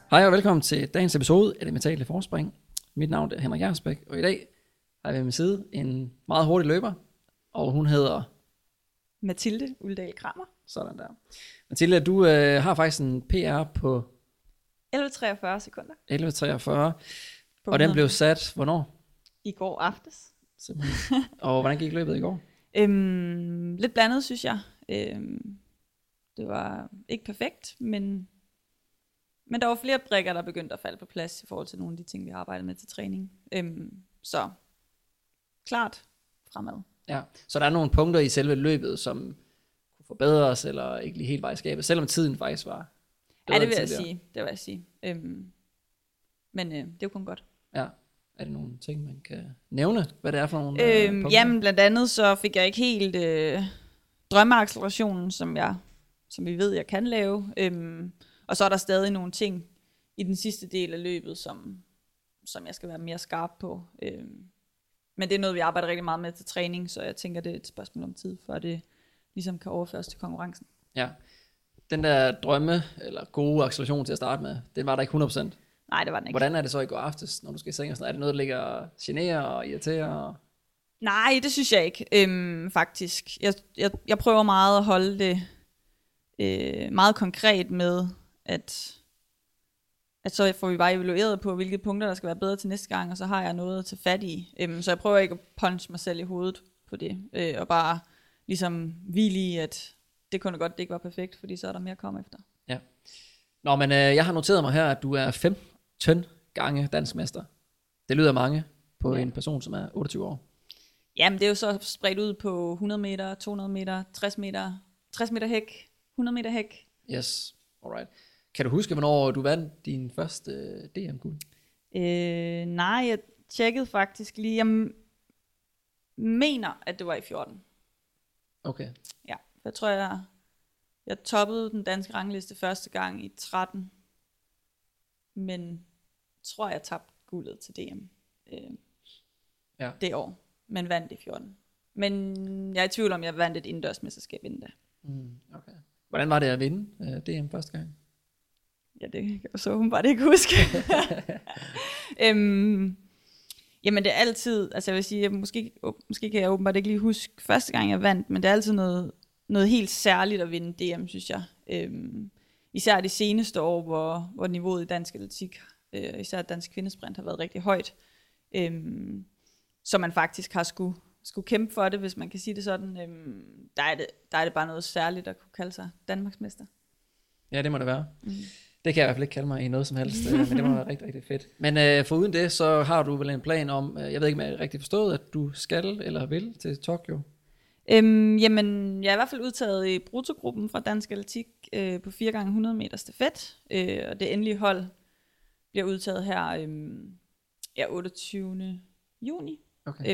Hej og velkommen til dagens episode af Det Mentale Forspring. Mit navn er Henrik Jernbæk, og i dag har jeg ved min side en meget hurtig løber, og hun hedder Mathilde Uldal Kramer. sådan der. Mathilde, du har faktisk en PR på 11:43 sekunder. 11:43, og den blev sat hvornår? I går aftes. Simpelthen. Og hvordan gik løbet i går? Lidt blandet, synes jeg. Det var ikke perfekt, men der var flere brikker, der begyndte at falde på plads i forhold til nogle af de ting, vi har arbejdet med til træning. Så klart fremad. Ja, så der er nogle punkter i selve løbet, som kunne forbedres, eller ikke lige helt var i skabet, selvom tiden faktisk var bedre. Ja, det vil jeg sige. Men det er jo kun godt. Ja. Er det nogle ting, man kan nævne, hvad det er for nogle punkter? Jamen, blandt andet så fik jeg ikke helt drømmeaccelerationen, som vi ved, jeg kan lave. Og så er der stadig nogle ting i den sidste del af løbet, som jeg skal være mere skarp på. Men det er noget, vi arbejder rigtig meget med til træning, så jeg tænker, det er et spørgsmål om tid, før det ligesom kan overføres til konkurrencen. Ja, den der drømme, eller gode acceleration til at starte med, den var der ikke 100%. Nej, det var den ikke. Hvordan er det så i går aftes, når du skal i seng? Er det noget, der ligger og generer og irriterer? Nej, det synes jeg ikke, faktisk. Jeg prøver meget at holde det meget konkret med, at så får vi bare evalueret på, hvilke punkter, der skal være bedre til næste gang, og så har jeg noget at tage fat i. Så jeg prøver ikke at punche mig selv i hovedet på det, og bare ligesom hvile i, at det kunne godt, det ikke var perfekt, fordi så er der mere at komme efter. Ja. Nå, men jeg har noteret mig her, at du er 15 gange dansk mester. Det lyder mange på en person, som er 28 år. Jamen, det er jo så spredt ud på 100 meter, 200 meter, 60 meter hæk, 100 meter hæk. Yes, alright. Kan du huske, hvornår du vandt din første DM-guld? Nej, jeg tjekkede faktisk lige. Jeg mener, at det var i 14. Okay. Ja, jeg tror, jeg toppede den danske rangliste første gang i 13. Men tror, jeg tabte guldet til DM det år. Men vandt i 14. Men jeg er i tvivl om, jeg vandt et indendørsmesterskab inden da. Okay. Hvordan var det at vinde DM første gang? Ja, det kan jeg så åbenbart ikke huske. Jamen det er altid, altså jeg vil sige, måske kan jeg åbenbart ikke lige huske første gang jeg vandt, men det er altid noget helt særligt at vinde DM, synes jeg. Især de seneste år, hvor niveauet i dansk atletik, især dansk kvindesprint, har været rigtig højt. Så man faktisk har skulle kæmpe for det, hvis man kan sige det sådan. Der er det bare noget særligt at kunne kalde sig Danmarksmester. Ja, det må det være. Det kan jeg i hvert fald ikke kalde mig i noget som helst, men det må være rigtig, rigtig fedt. Men foruden det, så har du vel en plan om, jeg ved ikke, om jeg er rigtig forstået, at du skal eller vil til Tokyo? Jamen, jeg er i hvert fald udtaget i bruttogruppen fra Dansk Atletik på 4x100 meter stafet, og det endelige hold bliver udtaget her 28. juni. Okay.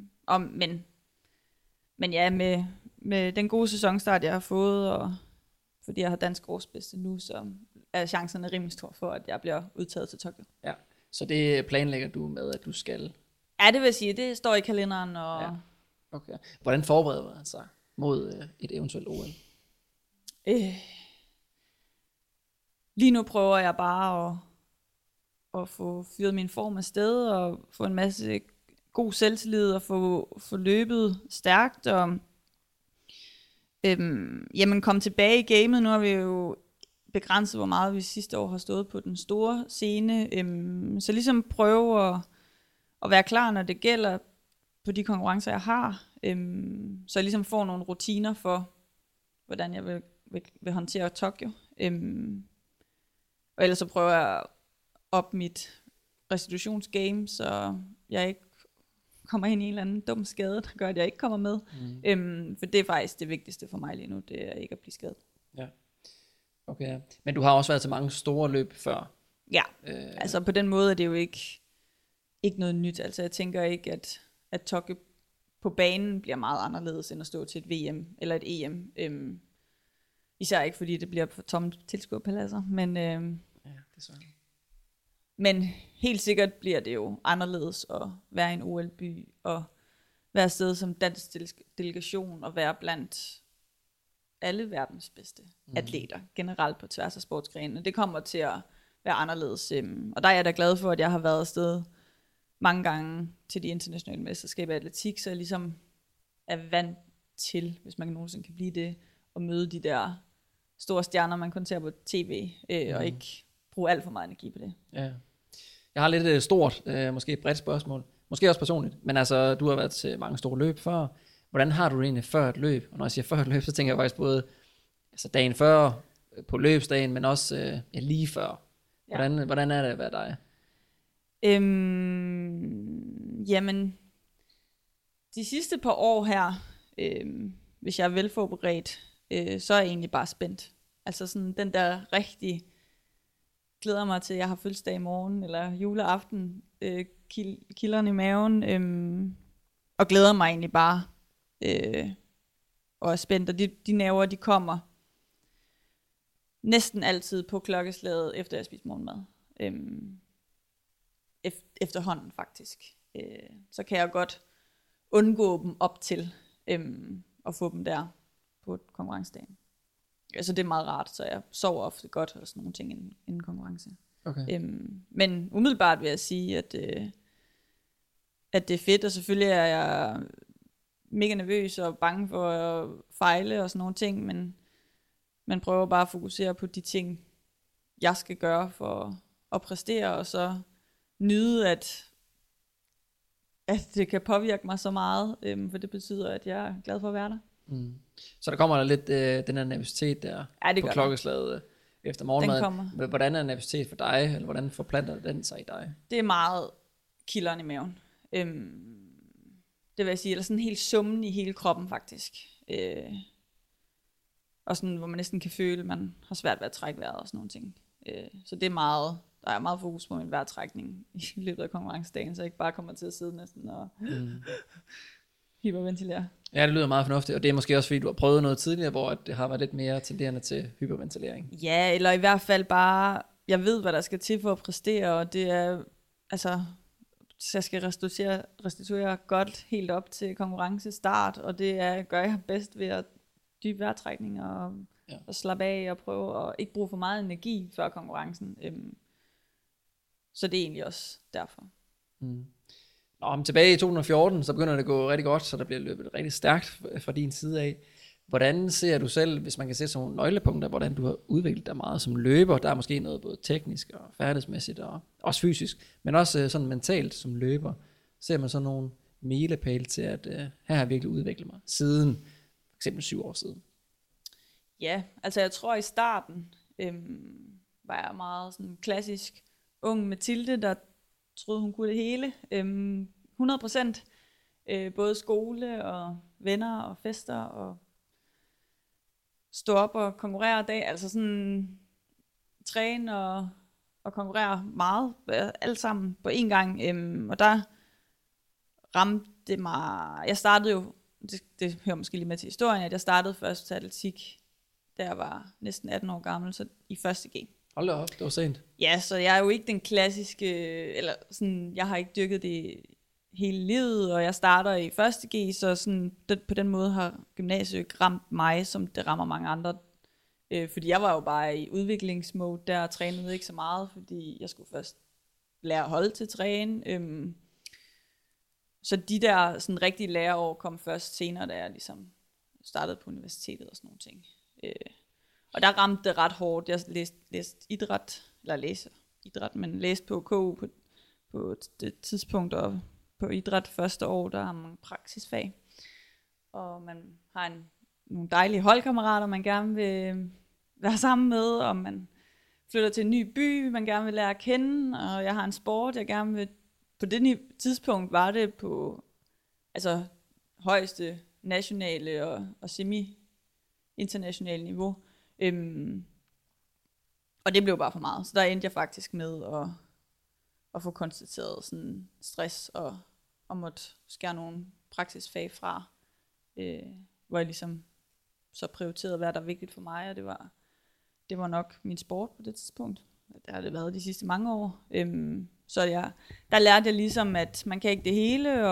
Men ja, med den gode sæsonstart, jeg har fået, og fordi jeg har dansk årsbedste nu, så er chancerne rimelig stor for, at jeg bliver udtaget til Tokyo. Ja, så det planlægger du med, at du skal? Ja, det vil jeg sige. Det står i kalenderen. Og... Ja. Okay. Hvordan forbereder man sig mod et eventuelt OL? Lige nu prøver jeg bare at få fyret min form af sted, og få en masse god selvtillid, og få løbet stærkt, og komme tilbage i gamet. Nu har vi jo begrænset, hvor meget vi sidste år har stået på den store scene. Så ligesom prøve at være klar, når det gælder på de konkurrencer, jeg har. Så jeg ligesom får nogle rutiner for, hvordan jeg vil håndtere Tokyo. Og ellers så prøver jeg op mit restitutionsgame, så jeg ikke kommer ind i en eller anden dum skade, der gør, at jeg ikke kommer med. For det er faktisk det vigtigste for mig lige nu, det er ikke at blive skadet. Ja. Okay. Men du har også været til mange store løb før. Ja, altså på den måde er det jo ikke noget nyt. Altså jeg tænker ikke, at Tokyo på banen bliver meget anderledes, end at stå til et VM eller et EM. Især ikke, fordi det bliver på tomme tilskuerpaladser. Men, ja, det er sådan. Men helt sikkert bliver det jo anderledes at være i en OL-by, og være afsted som dansk delegation, og være blandt alle verdens bedste atleter, generelt på tværs af sportsgrenene. Det kommer til at være anderledes. Og der er jeg da glad for, at jeg har været afsted mange gange til de internationale mesterskaber i atletik, så jeg ligesom er vant til, hvis man nogensinde kan blive det, at møde de der store stjerner, man kun ser på tv, og ikke bruge alt for meget energi på det. Ja. Jeg har lidt et stort, måske et bredt spørgsmål, måske også personligt, men altså, du har været til mange store løb før. Hvordan har du det egentlig før et løb? Og når jeg siger før et løb, så tænker jeg faktisk både altså dagen før, på løbsdagen, men også lige før. Hvordan er det at være dig? Jamen, de sidste par år her, hvis jeg er velforberedt, så er jeg egentlig bare spændt. Altså sådan den der rigtig glæder mig til, at jeg har fødselsdag i morgen, eller juleaften, kilderne i maven, og glæder mig egentlig bare, og er spændt. Og de nerver, de kommer næsten altid på klokkeslaget, efter jeg spiser morgenmad. Efterhånden faktisk. Så kan jeg godt undgå dem op til, og få dem der på konkurrencedagen. Så det er meget rart, så jeg sover ofte godt og sådan nogle ting inden konkurrence. Okay. Men umiddelbart vil jeg sige, at det er fedt, og selvfølgelig er jeg mega nervøs og bange for at fejle og sådan nogle ting, men man prøver bare at fokusere på de ting, jeg skal gøre for at præstere, og så nyde, at det kan påvirke mig så meget, for det betyder, at jeg er glad for at være der. Mm. Så der kommer der lidt den her nervøsitet der på klokkeslaget efter morgenmaden. Hvordan er nervøsitet for dig, eller hvordan forplanter den sig i dig? Det er meget kilderen i maven. Det vil jeg sige, eller sådan helt summen i hele kroppen faktisk. Og sådan, hvor man næsten kan føle, at man har svært ved at trække vejret og sådan nogle ting. Så det er meget, der er meget fokus på min vejrtrækning i løbet af konkurrencedagen, så jeg ikke bare kommer til at sidde næsten og hyperventilere. Ja, det lyder meget fornuftigt, og det er måske også fordi, du har prøvet noget tidligere, hvor det har været lidt mere tenderende til hyperventilering. Ja, eller i hvert fald bare, jeg ved, hvad der skal til for at præstere, og det er, altså, så jeg skal restituere godt helt op til konkurrencestart, og det gør jeg bedst ved at dybe vejrtrækning og slappe af og prøve at ikke bruge for meget energi før konkurrencen. Så det er egentlig også derfor. Mm. Men tilbage i 2014, så begynder det at gå rigtig godt, så der bliver løbet rigtig stærkt fra din side af. Hvordan ser du selv, hvis man kan se sådan nogle nøglepunkter, hvordan du har udviklet dig meget som løber? Der er måske noget både teknisk og færdighedsmæssigt og også fysisk, men også sådan mentalt som løber. Ser man sådan nogle milepæle til, at her har jeg virkelig udviklet mig siden for eksempel 7 år siden? Ja, altså jeg tror i starten var jeg meget sådan klassisk ung Mathilde, der troede hun kunne det hele. 100%. Både skole og venner og fester og stå op og konkurrere dag, altså sådan træne og konkurrere meget, alt sammen på én gang. Og der ramte det mig, jeg startede jo, det hører måske lige med til historien, at jeg startede først til atletik, da jeg var næsten 18 år gammel, så i 1. G. Hold da op, det var sent. Ja, så jeg er jo ikke den klassiske, eller sådan, jeg har ikke dyrket det hele livet, og jeg starter i 1. G, så sådan, på den måde har gymnasiet ikke ramt mig, som det rammer mange andre. Fordi jeg var jo bare i udviklingsmode der, og trænede ikke så meget, fordi jeg skulle først lære at holde til træne. Så de der sådan rigtige læreår kom først senere, da jeg ligesom startede på universitetet og sådan nogle ting. Og der ramte det ret hårdt. Jeg læste idræt, men læste på KU på det tidspunkt, og på idræt første år, der har man praksisfag. Og man har nogle dejlige holdkammerater, man gerne vil være sammen med, og man flytter til en ny by, man gerne vil lære at kende, og jeg har en sport, jeg gerne vil. På det tidspunkt var det på altså højeste nationale og semi-internationale niveau. Og det blev bare for meget. Så der endte jeg faktisk med at få konstateret sådan stress og måtte skære nogle praksisfag fra, hvor jeg ligesom så prioriterede, hvad der er vigtigt for mig, og det var nok min sport på det tidspunkt. Der har det været de sidste mange år. Så der lærte jeg ligesom, at man kan ikke det hele,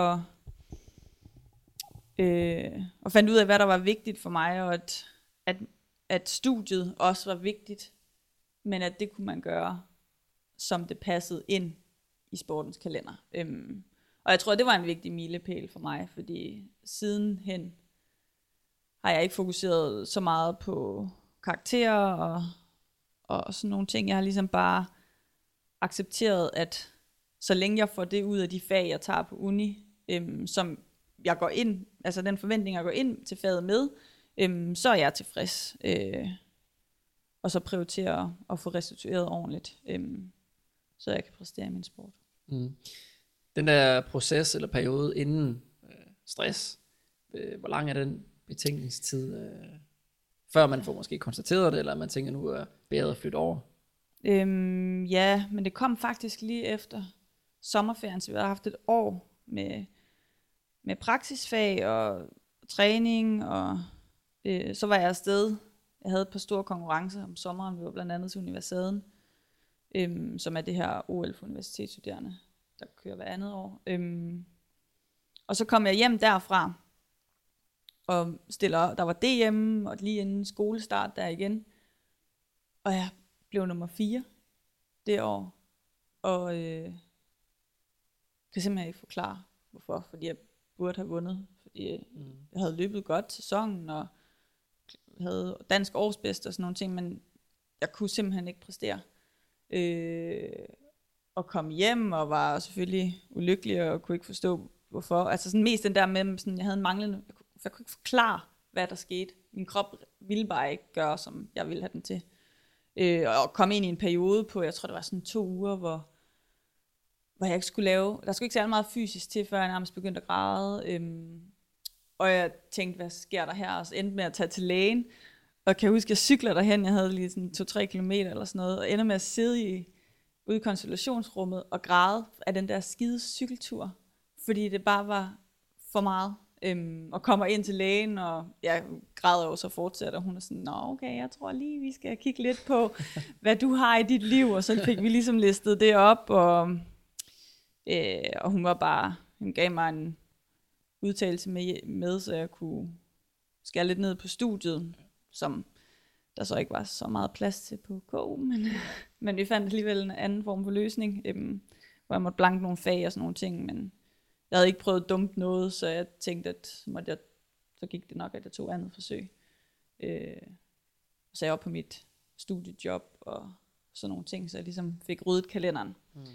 og fandt ud af, hvad der var vigtigt for mig, og at studiet også var vigtigt, men at det kunne man gøre som det passede ind i sportens kalender. Og jeg tror, det var en vigtig milepæl for mig, fordi sidenhen har jeg ikke fokuseret så meget på karakterer og sådan nogle ting. Jeg har ligesom bare accepteret, at så længe jeg får det ud af de fag, jeg tager på uni, som jeg går ind, altså den forventning, jeg går ind til faget med, så er jeg tilfreds. Og så prioritere at få restitueret ordentligt, så jeg kan præstere i min sport. Mm. Den der proces eller periode inden stress, hvor lang er den betænkningstid, før man får måske konstateret det, eller man tænker, nu er bedre at flytte over? Ja, men det kom faktisk lige efter sommerferien, så vi har haft et år med praksisfag og træning, og så var jeg afsted. Jeg havde et par store konkurrencer om sommeren. Vi var blandt andet til Universaden, som er det her OL for universitetsstuderende, der kører hver andet år. Og så kom jeg hjem derfra, og der var DM, og lige inden skolestart der igen. Og jeg blev nummer 4 det år, og kan simpelthen ikke forklare, hvorfor. Fordi jeg burde have vundet, fordi jeg havde løbet godt sæsonen, og havde dansk årsbedste og sådan nogle ting, men jeg kunne simpelthen ikke præstere. Og kom hjem, og var selvfølgelig ulykkelig, og kunne ikke forstå, hvorfor. Altså sådan mest den der med, sådan, jeg havde en manglende, jeg kunne ikke forklare, hvad der skete. Min krop ville bare ikke gøre, som jeg ville have den til. Og kom ind i en periode på, jeg tror det var sådan 2 uger, hvor jeg ikke skulle lave, der skulle ikke særlig meget fysisk til, før jeg nærmest begyndte at græde. Og jeg tænkte, hvad sker der her? Og så endte med at tage til lægen. Og kan jeg huske, at jeg cykler derhen, jeg havde lige sådan 2-3 kilometer eller sådan noget, og ender med at sidde ude i konsultationsrummet og græde af den der skide cykeltur. Fordi det bare var for meget. Og kommer ind til lægen, og jeg græder jo så fortsat, og hun er sådan, nå okay, jeg tror lige, vi skal kigge lidt på, hvad du har i dit liv, og så fik vi ligesom listet det op, og hun gav mig en udtalelse med, så jeg kunne skære lidt ned på studiet, som der så ikke var så meget plads til på KU, men vi fandt alligevel en anden form for løsning, hvor jeg måtte blanke nogle fag og sådan nogle ting, men jeg havde ikke prøvet dumt noget, så jeg tænkte, at så gik det nok, at jeg tog andet forsøg. Så jeg var på mit studiejob og sådan nogle ting, så jeg ligesom fik ryddet kalenderen.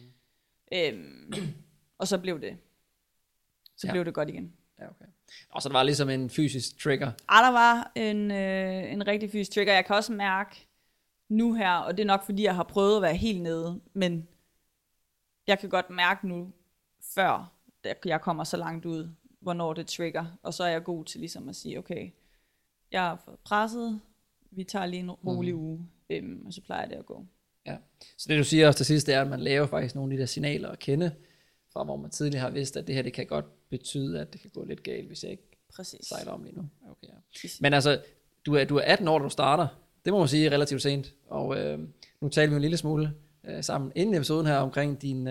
Og så blev det blev det godt igen. Ja, okay. Og så der var ligesom en fysisk trigger. Der var en rigtig fysisk trigger. Jeg kan også mærke nu her, og det er nok fordi, jeg har prøvet at være helt nede, men jeg kan godt mærke nu, før jeg kommer så langt ud, hvornår det trigger, og så er jeg god til ligesom at sige, okay, jeg er for presset, vi tager lige en rolig uge, og så plejer det at gå. Ja, så det du siger også til sidst, det er, at man laver faktisk nogle af de der signaler at kende, fra hvor man tidligere har vidst, at det her, det kan godt betyde, at det kan gå lidt galt, hvis jeg ikke sejler om lige nu. Okay, ja. Men altså, du er 18 år, da du starter, det må man sige relativt sent, og nu taler vi jo en lille smule sammen inden episoden her, omkring din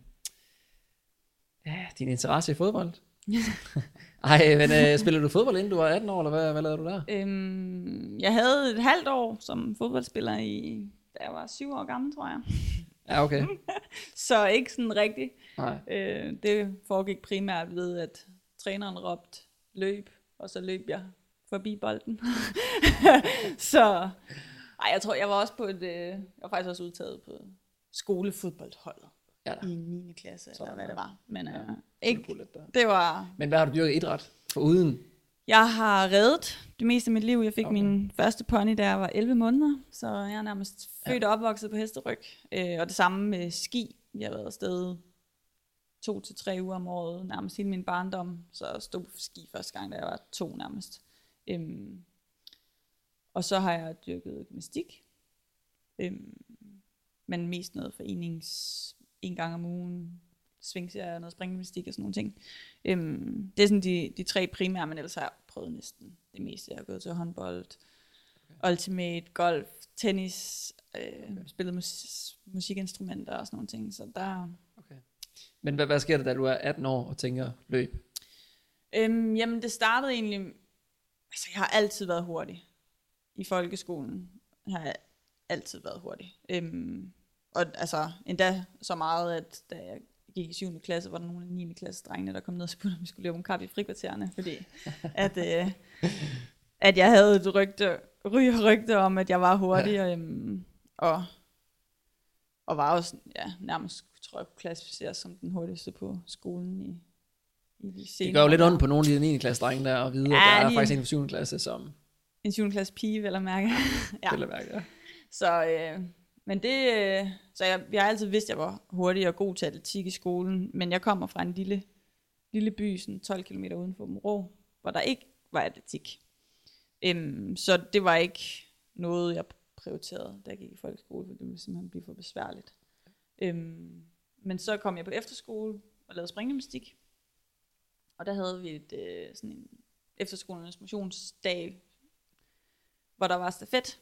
interesse i fodbold. Ej, men spiller du fodbold, inden du var 18 år, eller hvad lavede du der? Jeg havde et halvt år som fodboldspiller, da jeg var 7 år gammel, tror jeg. Ja, okay. Så ikke sådan rigtigt. Nej. Det foregik primært ved, at træneren råbte løb, og så løb jeg forbi bolden. Så jeg tror, jeg var også på jeg var faktisk også udtaget på skolefodboldholdet. Ja, i 9. klasse, eller hvad det var. Men ikke, det var... Men hvad har du dyrket idræt for uden? Jeg har reddet det meste af mit liv. Jeg fik min første pony, da jeg var 11 måneder. Så jeg er nærmest født og opvokset på hesteryg. Og det samme med ski. Jeg har været afsted 2 til 3 uger om året, nærmest hele min barndom. Så jeg stod på ski første gang, da jeg var 2 nærmest. Og så har jeg dyrket gymnastik. Men mest noget en gang om ugen, svingserier, noget springgymnastik og sådan nogle ting. Det er sådan de 3 primære, men ellers har jeg prøvet næsten det meste. Jeg har gået til håndbold, ultimate, golf, tennis, spillet musikinstrumenter og sådan nogle ting. Så der... Okay. Men hvad sker der, da du er 18 år og tænker løb? Jamen det startede egentlig, altså jeg har altid været hurtig. I folkeskolen har jeg altid været hurtig. Og altså endda så meget, at da jeg gik i 7. klasse, var der nogle af 9. klasse drengene, der kom ned og spurgte, om vi skulle løbe om kap i frikvartererne, fordi at jeg havde et rygte om, at jeg var hurtig, og var også nærmest, tror jeg, klassificeret som den hurtigste på skolen i de senere. Det gør jo lidt ondt på nogle af de 9. klasse drenge der, og vide, at der er faktisk en på 7. klasse, som... En 7. klasse pige, vel at mærke. Ja. Så, men det... Så jeg har altid vidst, at jeg var hurtig og god til atletik i skolen, men jeg kommer fra en lille by, sådan 12 km uden for Aabenraa, hvor der ikke var atletik. Så det var ikke noget, jeg prioriterede, da jeg gik i folkeskole, for det ville simpelthen blive for besværligt. Men så kom jeg på efterskole og lavede springgymnastik. Og der havde vi sådan en efterskolens motionsdag, hvor der var stafet.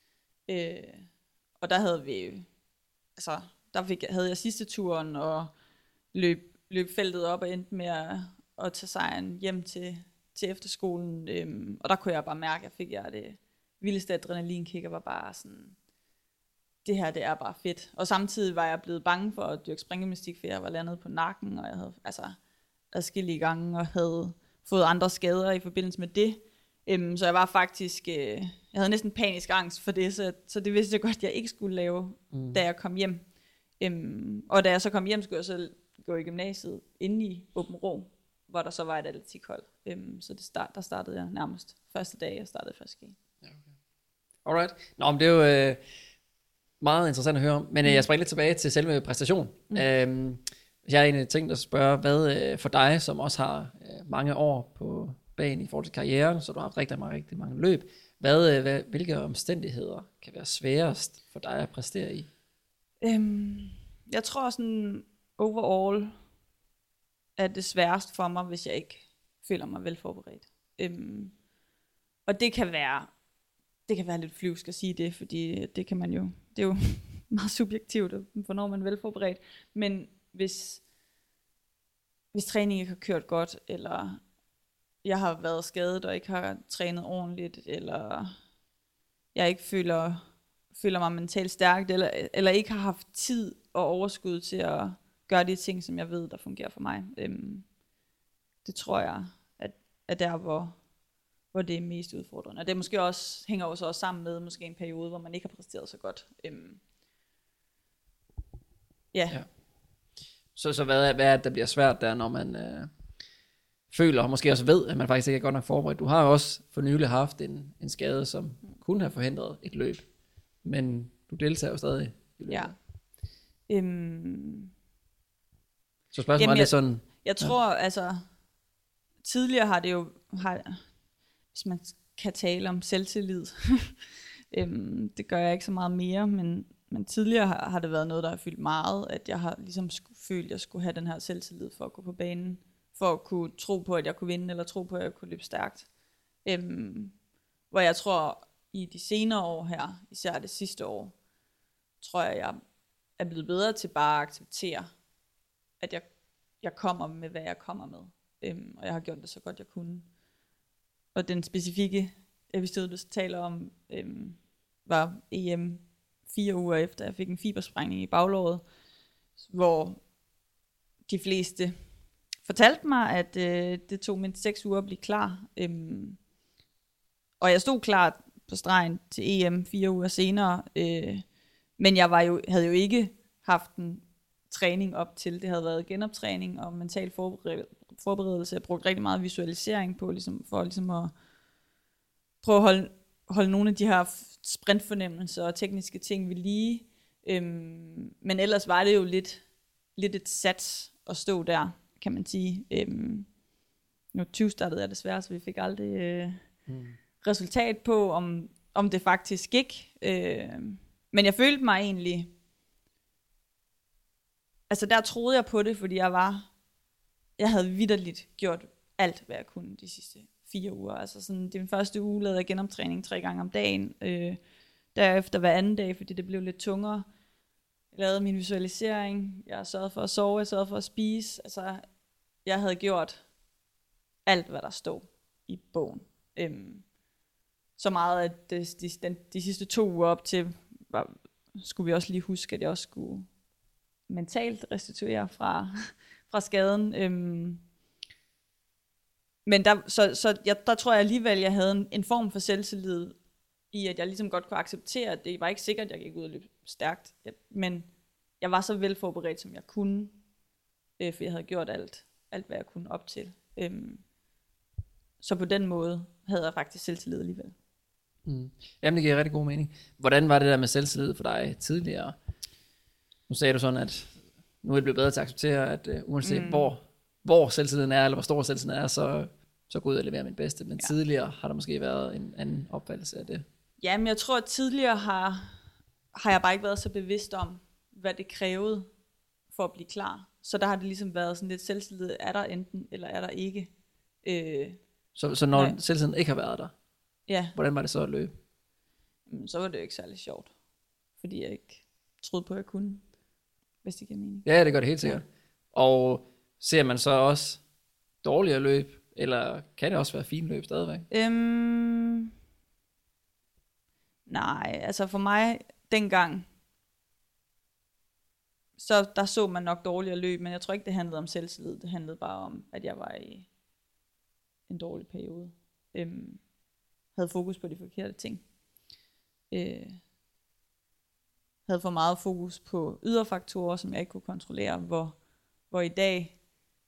Og der havde vi, altså, havde jeg sidste turen og løb feltet op og endte med at tage sejren hjem til efterskolen. Og der kunne jeg bare mærke, at jeg fik det vildeste adrenalinkick, og var bare sådan, det her, det er bare fedt. Og samtidig var jeg blevet bange for at dyrke springgymnastik, for jeg var landet på nakken, og jeg havde adskillige gange og havde fået andre skader i forbindelse med det. Så jeg var faktisk, jeg havde næsten panisk angst for det, så det vidste jeg godt, at jeg ikke skulle lave, da jeg kom hjem. Og da jeg så kom hjem, skulle jeg så gå i gymnasiet inde i Aabenraa, hvor der så var et atletikhold. Så der startede jeg nærmest første dag, jeg startede først G. Ja, okay. Alright. Nå, men det er jo meget interessant at høre om. Men jeg springer lidt tilbage til selve præstationen. Jeg har egentlig tænkt at spørge, hvad for dig, som også har mange år på banen i forhold til karrieren, så du har haft rigtig mange løb. Hvilke omstændigheder kan være sværest for dig at præstere i? Jeg tror sådan overall er det sværest for mig, hvis jeg ikke føler mig velforberedt. Og det kan være lidt flyvsk at sige det, fordi det kan man jo, det er jo meget subjektivt, hvornår man er velforberedt. Men hvis træningen ikke har kørt godt, eller jeg har været skadet og ikke har trænet ordentligt, eller jeg ikke føler mig mentalt stærkt, eller ikke har haft tid og overskud til at gøre de ting, som jeg ved, der fungerer for mig. Det tror jeg, at der, hvor det er mest udfordrende. Og det måske også, hænger også sammen med måske en periode, hvor man ikke har præsteret så godt. Ja. Så hvad er det, der bliver svært der, når man føler, og måske også ved, at man faktisk ikke er godt nok forberedt? Du har jo også for nylig haft en skade, som kunne have forhindret et løb, men du deltager jo stadig i løbet. Ja. Så spørgsmålet er lidt sådan... Jeg tror, altså, tidligere har det jo, hvis man kan tale om selvtillid, det gør jeg ikke så meget mere, men tidligere har det været noget, der har fyldt meget, at jeg har ligesom følt, at jeg skulle have den her selvtillid for at gå på banen, for at kunne tro på, at jeg kunne vinde, eller tro på, at jeg kunne løbe stærkt. Hvor jeg tror, i de senere år her, især det sidste år, tror jeg er blevet bedre til bare at acceptere, at jeg kommer med, hvad jeg kommer med. Og jeg har gjort det så godt, jeg kunne. Og den specifikke episode, du taler om, var EM 4 uger efter, jeg fik en fibersprængning i baglåret, hvor de fleste fortalte mig, at det tog mindst 6 uger at blive klar. Og jeg stod klar på stregen til EM 4 uger senere, men jeg havde jo ikke haft en træning op til. Det havde været genoptræning og mental forberedelse. Jeg brugte rigtig meget visualisering på, for at prøve at holde nogle af de her sprintfornemmelser og tekniske ting ved lige. Men ellers var det jo lidt et sats at stå der, kan man sige. Nu 20 startede jeg desværre, så vi fik aldrig resultat på, om det faktisk gik. Men jeg følte mig egentlig, altså der troede jeg på det, fordi jeg havde vitterligt gjort alt, hvad jeg kunne de sidste 4 uger. Altså sådan, den første uge lavede jeg genoptræning 3 gange om dagen. Derefter hver anden dag, fordi det blev lidt tungere. Jeg lavede min visualisering. Jeg sørgede for at sove. Jeg sørgede for at spise. Altså, jeg havde gjort alt, hvad der stod i bogen. Så meget, at de sidste 2 uger op til skulle vi også lige huske, at jeg også skulle mentalt restituere fra skaden. Men der tror jeg alligevel, jeg havde en form for selvtillid i, at jeg ligesom godt kunne acceptere, at det var ikke sikkert, at jeg gik ud og løb stærkt. Men jeg var så velforberedt, som jeg kunne, for jeg havde gjort alt, hvad jeg kunne op til. Så på den måde havde jeg faktisk selvtillid alligevel. Jamen, det giver rigtig god mening. Hvordan var det der med selvtillid for dig tidligere? Nu sagde du sådan, at nu er det blevet bedre til at acceptere, at uanset hvor selvtilliden er, eller hvor stor selvtilliden er, så gå ud og levere mit bedste. Men tidligere har der måske været en anden opfattelse af det. Jamen, jeg tror, at tidligere har jeg bare ikke været så bevidst om, hvad det krævede for at blive klar. Så der har det ligesom været sådan lidt selvtillid, er der enten, eller er der ikke. Så når selvtilliden ikke har været der, hvordan var det så at løbe? Så var det jo ikke særlig sjovt, fordi jeg ikke troede på, at jeg kunne, hvis det giver mening. Ja, det gør det helt sikkert. Ja. Og ser man så også dårligere løb, eller kan det også være fint løb stadigvæk? Nej, altså for mig dengang, så der så man nok dårligere løb, men jeg tror ikke, det handlede om selvtillid. Det handlede bare om, at jeg var i en dårlig periode. Havde fokus på de forkerte ting. Havde for meget fokus på ydre faktorer, som jeg ikke kunne kontrollere, hvor i dag,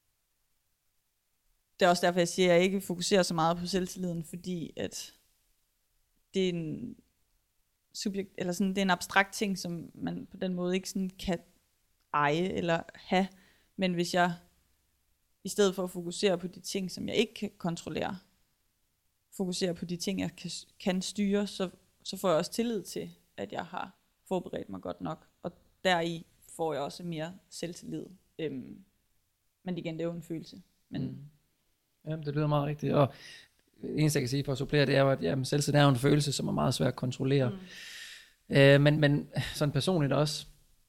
det er også derfor, jeg siger, at jeg ikke fokuserer så meget på selvtilliden, fordi at det er en det er en abstrakt ting, som man på den måde ikke sådan kan eje eller have, men hvis jeg i stedet for at fokusere på de ting, som jeg ikke kan kontrollere, fokusere på de ting, jeg kan styre, så får jeg også tillid til, at jeg har forberedt mig godt nok, og deri får jeg også mere selvtillid. Men igen, det er jo en følelse. Men Jamen, det lyder meget rigtigt, og det eneste, jeg kan sige for at supplere, det er jo, at selvtillid er jo en følelse, som er meget svær at kontrollere. Men sådan personligt også,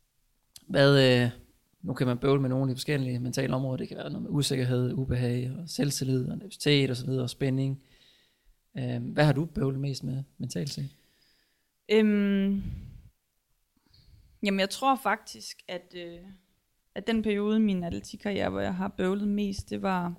nu kan man bøvle med nogle af de forskellige mentale områder. Det kan være noget med usikkerhed, ubehag, og selvtillid, og nervøsitet og så videre, og spænding. Hvad har du bøvlet mest med mentalt set? Jamen, jeg tror faktisk, at den periode i min atletikkarriere, hvor jeg har bøvlet mest, det var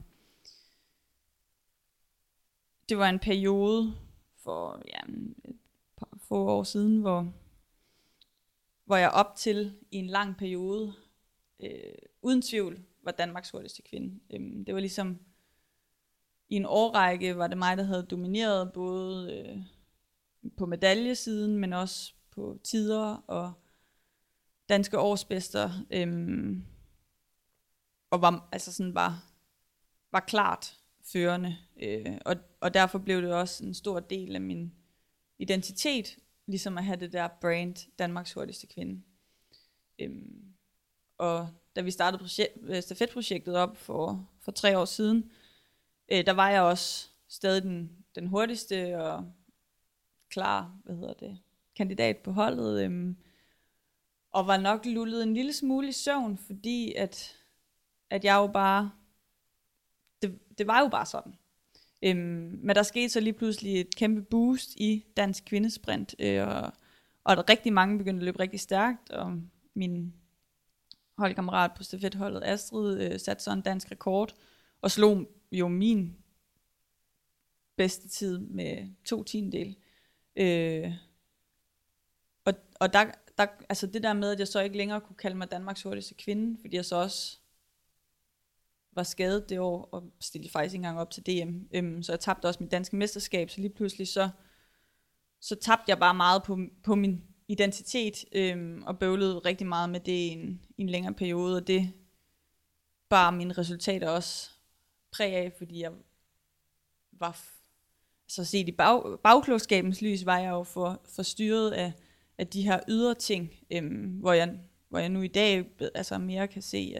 en periode for et par få år siden, hvor jeg op til i en lang periode, uden tvivl, var Danmarks hurtigste kvinde. Det var ligesom, i en årrække var det mig, der havde domineret, både på medaljesiden, men også på tider og danske årsbedster, og var klart førende. Og derfor blev det også en stor del af min identitet, ligesom at have det der brand, Danmarks hurtigste kvinde. Og da vi startede stafetprojektet op for 3 år siden, der var jeg også stadig den hurtigste og klar, kandidat på holdet, og var nok lullet en lille smule i søvn, fordi at jeg jo bare, det var jo bare sådan. Men der skete så lige pludselig et kæmpe boost i dansk kvindesprint, og der rigtig mange begyndte at løbe rigtig stærkt, og min holdkammerat på stafetholdet, Astrid, satte så en dansk rekord, og slog jo min bedste tid med 2/10. Og der, altså det der med, at jeg så ikke længere kunne kalde mig Danmarks hurtigste kvinde, fordi jeg så også var skadet det år, og stillede faktisk ikke engang op til DM. Så jeg tabte også mit danske mesterskab, så lige pludselig så tabte jeg bare meget på min identitet, og bøvlede rigtig meget med det i en længere periode, og det bar mine resultater også præg af, fordi jeg var, så set i bagklogskabens lys, var jeg jo forstyrret af de her ydre ting, hvor jeg nu i dag altså mere kan se,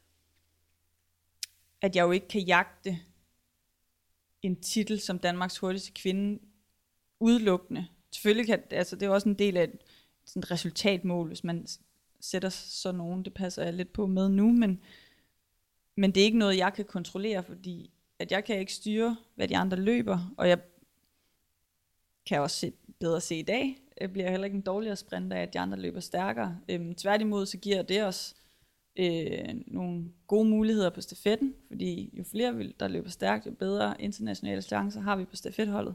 at jeg jo ikke kan jagte en titel som Danmarks hurtigste kvinde udelukkende. Selvfølgelig kan, altså det er også en del af sådan et resultatmål, hvis man sætter sådan nogen, det passer jeg lidt på med nu, men det er ikke noget, jeg kan kontrollere, fordi at jeg kan ikke styre, hvad de andre løber, og jeg kan også bedre se i dag, bliver jeg heller ikke en dårligere sprinter af, at de andre løber stærkere. Tværtimod så giver det os nogle gode muligheder på stafetten, fordi jo flere der løber stærkt, jo bedre internationale chancer har vi på stafetholdet.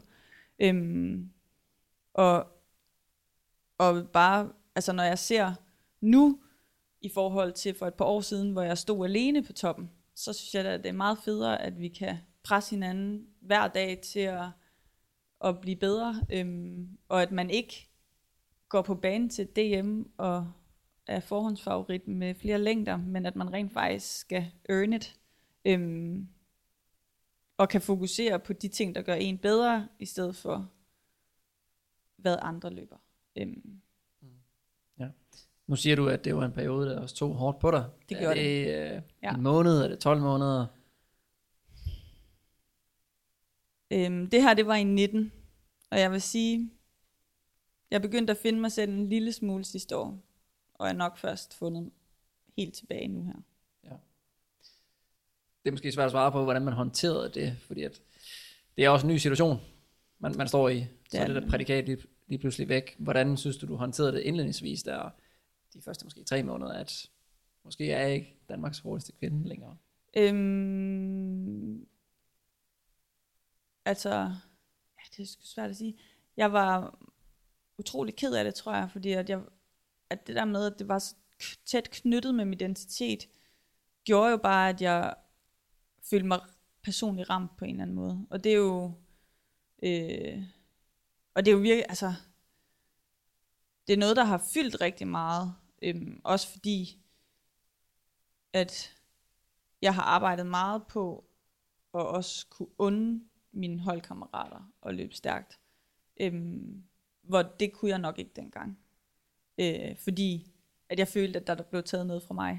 Og bare, altså når jeg ser nu, i forhold til for et par år siden, hvor jeg stod alene på toppen, så synes jeg at det er meget federe, at vi kan presse hinanden hver dag til at blive bedre, og at man ikke går på banen til DM og er forhåndsfavorit med flere længder, men at man rent faktisk skal earn it, og kan fokusere på de ting, der gør en bedre, i stedet for hvad andre løber. Ja. Nu siger du, at det var en periode, der også tog hårdt på dig. Det gjorde det. En måned, er det 12 måneder? Det her, det var i 19, og jeg vil sige, jeg begyndte at finde mig selv en lille smule sidste år, og jeg er nok først fundet helt tilbage nu her. Ja. Det er måske svært at svare på, hvordan man håndterede det, fordi at det er også en ny situation, man står i. Så er det der prædikat lige pludselig væk. Hvordan synes du håndterede det indledningsvis der, de første måske 3 måneder, at måske er jeg ikke Danmarks hurtigste kvinde længere? Altså, ja, det er svært at sige. Jeg var utrolig ked af det, tror jeg, fordi at det der med, at det var så tæt knyttet med min identitet, gjorde jo bare, at jeg følte mig personligt ramt på en eller anden måde. Og det er jo, virkelig, altså, det er noget, der har fyldt rigtig meget. Også fordi, at jeg har arbejdet meget på at også kunne unde mine holdkammerater og løbe stærkt. Hvor det kunne jeg nok ikke dengang. Fordi at jeg følte, at der blev taget noget fra mig.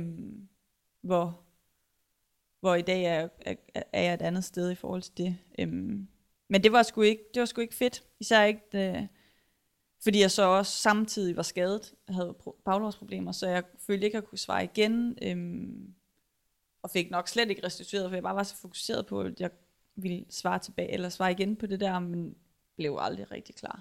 Hvor i dag er jeg et andet sted i forhold til det. Men det var sgu ikke fedt. Især ikke, fordi jeg så også samtidig var skadet. Jeg havde baglårsproblemer, så jeg følte ikke, at jeg kunne svare igen. Og fik nok slet ikke restitueret, for jeg bare var så fokuseret på, at jeg ville svare tilbage, eller svare igen på det der, men blev aldrig rigtig klar.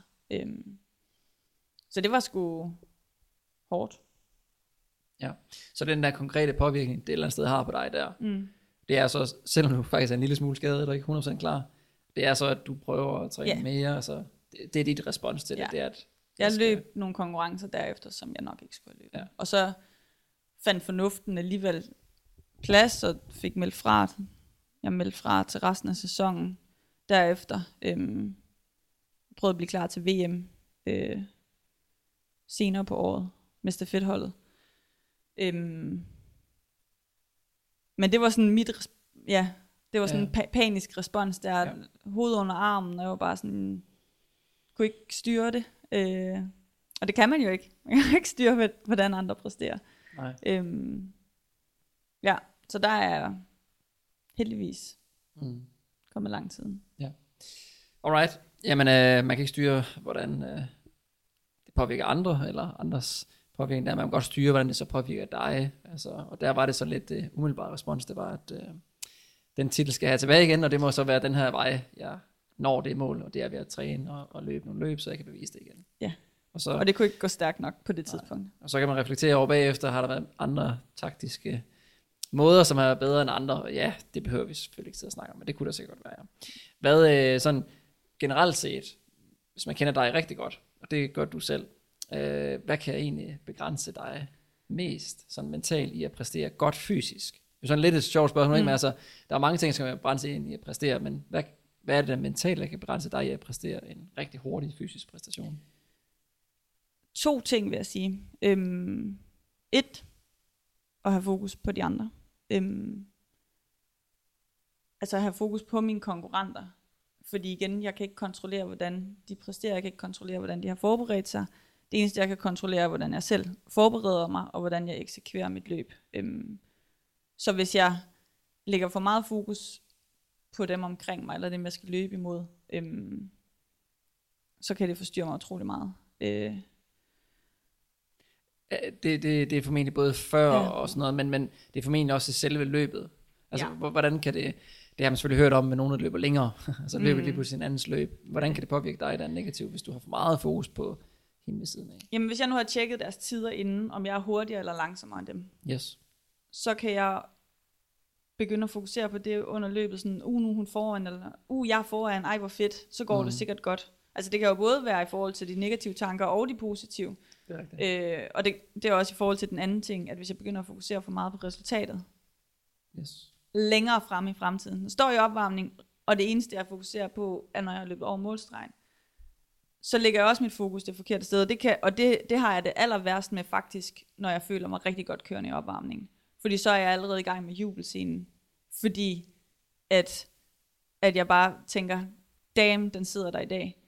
Så det var sgu hårdt. Ja, så den der konkrete påvirkning, det et eller andet sted har på dig der, det er så, selvom du faktisk er en lille smule skadet, og ikke 100% klar, det er så, at du prøver at træne mere, så det er dit respons til det. Det er, at jeg løb nogle konkurrencer derefter, som jeg nok ikke skulle løbe. Ja. Og så fandt fornuften alligevel plads, og fik meldt fra. Jeg meldte fra til resten af sæsonen derefter. Prøvede at blive klar til VM senere på året med stafetholdet. Men det var sådan det var sådan en panisk respons der, hovedet under armen, og jeg var bare sådan, kunne ikke styre det. Og det kan man jo ikke. Man kan ikke styre, hvordan andre præsterer. Nej. Så der er heldigvis kommet lang tid. Ja. Alright. Jamen, man kan ikke styre, hvordan det påvirker andre, eller andres påvirkning. Der man kan godt styre, hvordan det så påvirker dig. Altså, og der var det så lidt umiddelbare respons, det var, at den titel skal jeg tilbage igen, og det må så være den her vej, jeg når det mål, og det er ved at træne og løbe nogle løb, så jeg kan bevise det igen. Ja, og det kunne ikke gå stærkt nok på det tidspunkt. Og så kan man reflektere over bagefter, har der været andre taktiske måder, som er bedre end andre, og ja, det behøver vi selvfølgelig ikke sidde og snakke om, men det kunne da sikkert være, ja. Hvad sådan generelt set, hvis man kender dig rigtig godt, og det gør du selv, hvad kan egentlig begrænse dig mest sådan mentalt i at præstere godt fysisk? Det er sådan lidt et sjovt spørgsmål, ikke? Men altså, der er mange ting, som kan begrænse en i at præstere, men hvad er det der mentalt, der kan begrænse dig i at præstere en rigtig hurtig fysisk præstation? 2 ting vil jeg sige. 1, at have fokus på de andre. Altså at have fokus på mine konkurrenter. Fordi igen, jeg kan ikke kontrollere, hvordan de præsterer. Jeg kan ikke kontrollere, hvordan de har forberedt sig. Det eneste, jeg kan kontrollere, er, hvordan jeg selv forbereder mig, og hvordan jeg eksekverer mit løb. Så hvis jeg lægger for meget fokus på dem omkring mig, eller dem, jeg skal løbe imod, så kan det forstyrre mig utrolig meget. Det er formentlig både før og sådan noget, men det er formentlig også i selve løbet. Altså, hvordan kan det det har man selvfølgelig hørt om med nogen, der løber længere, så løber lige på sin andens løb. Hvordan kan det påvirke dig, der er negativt, hvis du har for meget fokus på hende ved siden af? Jamen, hvis jeg nu har tjekket deres tider inden, om jeg er hurtigere eller langsommere end dem, Yes. så kan jeg begynde at fokusere på det under løbet, sådan, nu er hun foran, eller jeg er foran, ej hvor fedt, så går det sikkert godt. Altså det kan jo både være i forhold til de negative tanker og de positive. Det er rigtigt. Og det er også i forhold til den anden ting, at hvis jeg begynder at fokusere for meget på resultatet, Yes. længere frem i fremtiden. Jeg står i opvarmning, og det eneste jeg fokuserer på, er når jeg har løbet over målstregen, så lægger jeg også mit fokus det forkerte sted. Det har jeg det aller værst med faktisk, når jeg føler mig rigtig godt kørende i opvarmningen. Fordi så er jeg allerede i gang med jubelscenen. Fordi at jeg bare tænker, damn, den sidder der i dag.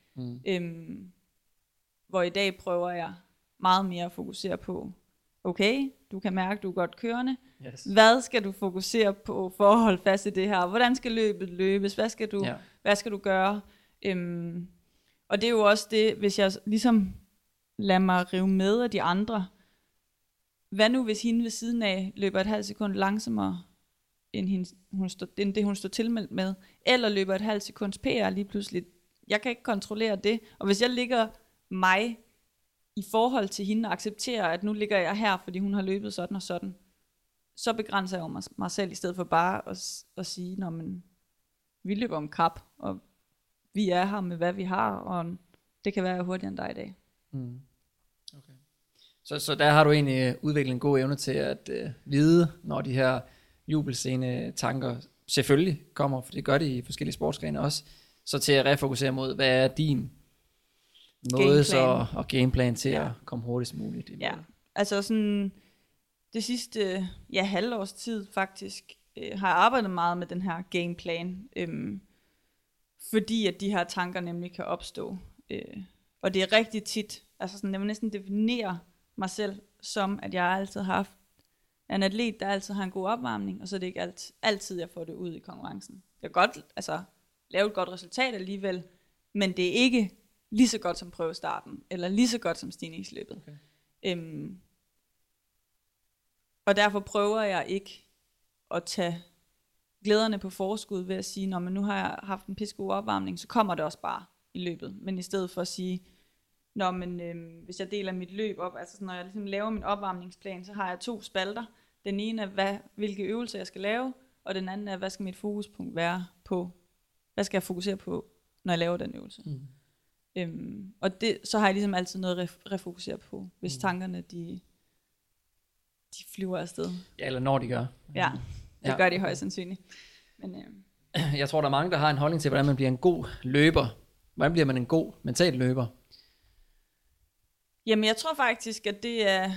Hvor i dag prøver jeg meget mere at fokusere på, okay, du kan mærke, du er godt kørende. Yes. Hvad skal du fokusere på for at holde fast i det her? Hvordan skal løbet løbes? Hvad skal du gøre? Og det er jo også det, hvis jeg ligesom lader mig rive med af de andre. Hvad nu, hvis hende ved siden af løber et halvt sekund langsommere, end det hun står tilmeldt med? Eller løber et halvt sekunds PR lige pludselig? Jeg kan ikke kontrollere det. Og hvis jeg ligger mig i forhold til hende og accepterer, at nu ligger jeg her, fordi hun har løbet sådan og sådan, så begrænser jeg jo mig selv, i stedet for bare at sige, nå, men vi løber om kap, og vi er her med, hvad vi har, og det kan være hurtigere end dig i dag. Okay. Så der har du egentlig udviklet en god evne til at vide, når de her jubelscene tanker selvfølgelig kommer, for det gør de i forskellige sportsgrene også, så til at refokusere mod, hvad er din måde så, og gameplan til at komme hurtigst muligt. Ja, altså sådan det sidste halvårs tid faktisk, har jeg arbejdet meget med den her gameplan, fordi at de her tanker nemlig kan opstå. Og det er rigtig tit, altså sådan, jeg vil næsten definere mig selv som, at jeg altid har haft en atlet, der altid har en god opvarmning, og så er det ikke altid, jeg får det ud i konkurrencen. Jeg kan godt lave et godt resultat alligevel, men det er ikke lige så godt som prøvestarten, eller lige så godt som stigningsløbet. Okay. Og derfor prøver jeg ikke at tage glæderne på forskud ved at sige, nå, men nu har jeg haft en pissegod opvarmning, så kommer det også bare i løbet. Men i stedet for at sige, nå, men hvis jeg deler mit løb op, altså når jeg ligesom laver min opvarmningsplan, så har jeg 2 spalter. Den ene er, hvilke øvelser jeg skal lave, og den anden er, hvad skal mit fokuspunkt være på? Hvad skal jeg fokusere på, når jeg laver den øvelse? Og så har jeg ligesom altid noget at refokusere på, hvis tankerne, de flyver afsted. Ja, eller når de gør. Ja, det gør de højst sandsynligt. Men, jeg tror, der er mange, der har en holdning til, hvordan man bliver en god løber. Hvordan bliver man en god mental løber? Jamen, jeg tror faktisk, at det er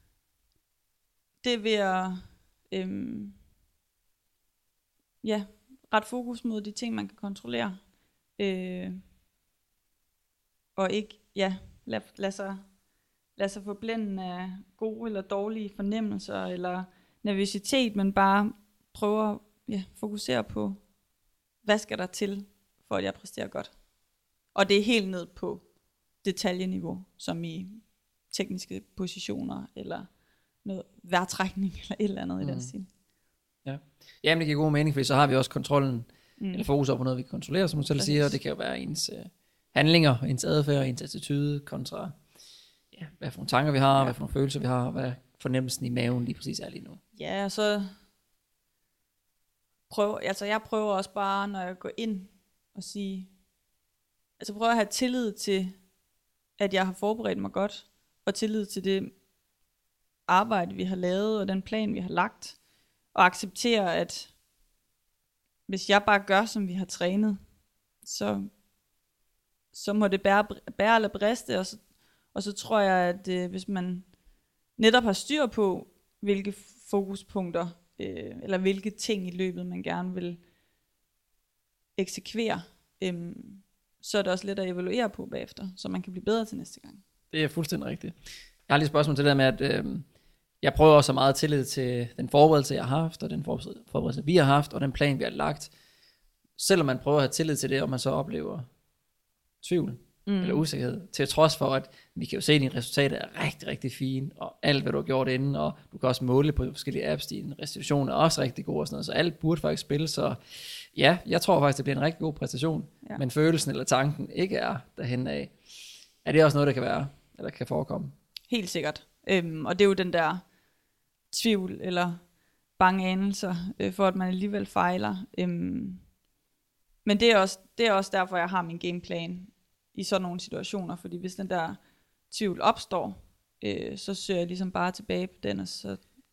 ved at ret fokus mod de ting, man kan kontrollere. Og ikke lad sig forblænde af gode eller dårlige fornemmelser eller nervøsitet, men bare prøve at fokusere på, hvad skal der til, for at jeg præsterer godt. Og det er helt ned på detaljeniveau, som i tekniske positioner, eller noget vejrtrækning, eller et eller andet i den stil. Ja. Jamen det giver god mening, for så har vi også kontrollen, eller fokus på noget, vi kan kontrollere, som du selv siger, og det kan jo være ens handlinger, ens adfærd, ens attitude, kontra hvad for nogle tanker vi har, hvad for nogle følelser vi har, hvad fornemmelsen i maven lige præcis er lige nu. Ja, og så jeg prøver også bare, når jeg går ind og sige, altså prøver at have tillid til, at jeg har forberedt mig godt, og tillid til det arbejde, vi har lavet, og den plan, vi har lagt, og acceptere, at hvis jeg bare gør, som vi har trænet, så må det bære eller briste, og så tror jeg, at hvis man netop har styr på, hvilke fokuspunkter, eller hvilke ting i løbet, man gerne vil eksekvere, så er det også let at evaluere på bagefter, så man kan blive bedre til næste gang. Det er fuldstændig rigtigt. Jeg har lige et spørgsmål til det der med, at jeg prøver også meget tillid til den forberedelse, jeg har haft, og den forberedelse, vi har haft, og den plan, vi har lagt. Selvom man prøver at have tillid til det, og man så oplever tvivl, eller usikkerhed, til trods for, at vi kan jo se, at dine resultater er rigtig, rigtig fine, og alt, hvad du har gjort inden, og du kan også måle på forskellige apps, din restitution er også rigtig god og sådan noget, så alt burde faktisk spille, så ja, jeg tror faktisk, det bliver en rigtig god præstation, men følelsen eller tanken ikke er derhen af. Er det også noget, der kan være, eller kan forekomme? Helt sikkert. Og det er jo den der tvivl, eller bange anelser, for at man alligevel fejler. Men det er også derfor, jeg har min gameplan i sådan nogle situationer, fordi hvis den der tvivl opstår, så søger jeg ligesom bare tilbage på den, og så,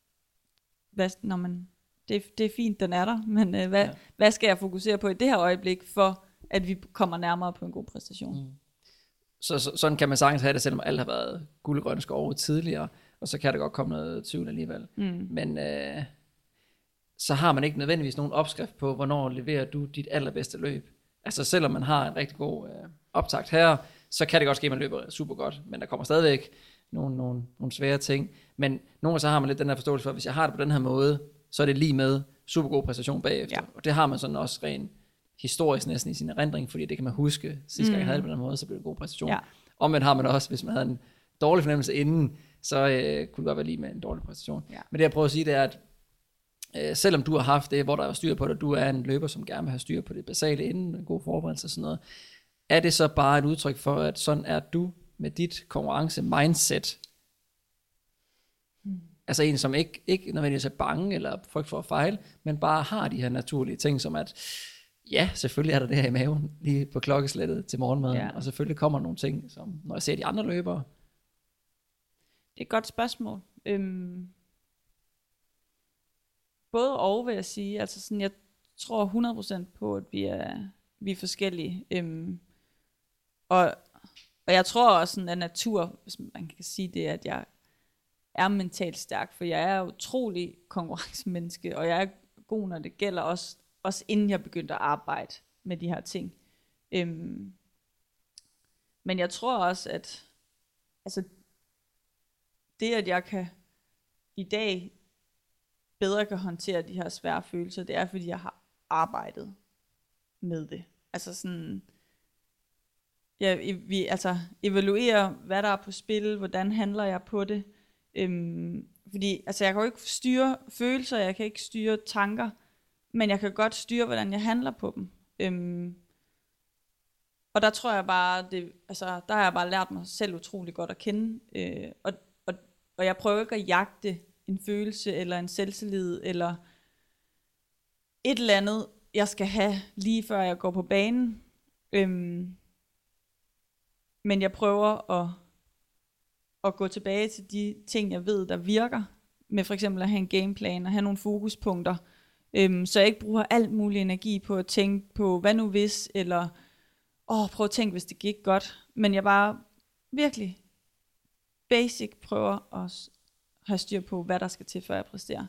det er fint, den er der, men hvad skal jeg fokusere på i det her øjeblik, for at vi kommer nærmere på en god præstation? Så sådan kan man sagtens have det, selvom alt har været guld og grønne skove tidligere, og så kan der godt komme noget tvivl alligevel. Men så har man ikke nødvendigvis nogen opskrift på, hvornår leverer du dit allerbedste løb. Altså selvom man har en rigtig god optakt her, så kan det godt ske, at man løber super godt, men der kommer stadigvæk nogle svære ting. Men nogle gange så har man lidt den her forståelse for, at hvis jeg har det på den her måde, så er det lige med super god præstation bagefter. Ja. Og det har man sådan også rent historisk næsten i sin erindring, fordi det kan man huske. Sidste gang jeg havde det på den måde, så blev det en god præstation. Ja. Omvendt har man også, hvis man havde en dårlig fornemmelse inden, så kunne det godt være lige med en dårlig præstation. Ja. Men det jeg prøver at sige, det er, at selvom du har haft det, hvor der er styr på det, du er en løber, som gerne vil have styr på det basale inden, en god forberedelse og sådan noget, er det så bare et udtryk for, at sådan er du med dit konkurrence-mindset? Altså en, som ikke nødvendigvis er bange eller frygt for at fejle, men bare har de her naturlige ting, som at, ja, selvfølgelig er der det her i maven, lige på klokkeslættet til morgenmaden, og selvfølgelig kommer nogle ting, som når jeg ser de andre løbere. Det er et godt spørgsmål. Både og, vil jeg sige. Altså sådan, jeg tror 100% på, at vi er forskellige. Og jeg tror også sådan, at natur, hvis man kan sige det, at jeg er mentalt stærk, for jeg er utrolig konkurrencemenneske, og jeg er god, når det gælder, også inden jeg begyndte at arbejde med de her ting. Men jeg tror også, at altså, det, at jeg kan i dag bedre kan håndtere de her svære følelser, det er, fordi jeg har arbejdet med det. Altså sådan, vi evaluerer, hvad der er på spil, hvordan handler jeg på det. Fordi altså, jeg kan jo ikke styre følelser, jeg kan ikke styre tanker, men jeg kan godt styre, hvordan jeg handler på dem. Og der tror jeg bare, der har jeg bare lært mig selv utrolig godt at kende. Og jeg prøver ikke at jagte en følelse, eller en selvtillid, eller et eller andet, jeg skal have lige før jeg går på banen. Men jeg prøver at gå tilbage til de ting, jeg ved, der virker, med for eksempel at have en gameplan, og have nogle fokuspunkter, så jeg ikke bruger alt mulig energi på at tænke på, hvad nu hvis, eller prøv at tænke, hvis det gik godt, men jeg bare virkelig basic prøver at have styr på, hvad der skal til, før jeg præsterer.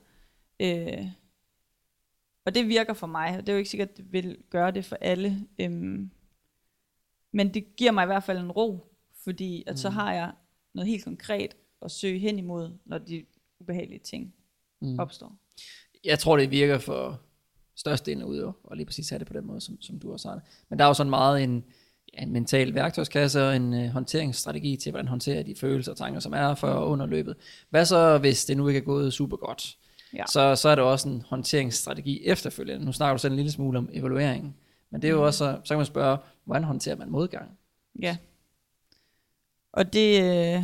Og det virker for mig, og det er jo ikke sikkert, at det vil gøre det for alle, men det giver mig i hvert fald en ro, fordi at så har jeg noget helt konkret at søge hen imod, når de ubehagelige ting opstår. Jeg tror, det virker for størstedelen af udøver, og lige præcis have det på den måde, som du også har det. Men der er jo sådan meget en mental værktøjskasse og en håndteringsstrategi til, hvordan håndterer de følelser og tanker, som er for under løbet. Hvad så, hvis det nu ikke er gået super godt? Ja. Så er der også en håndteringsstrategi efterfølgende. Nu snakker du selv en lille smule om evaluering, men det er jo også, så kan man spørge, hvordan håndterer man modgang? Ja. Og det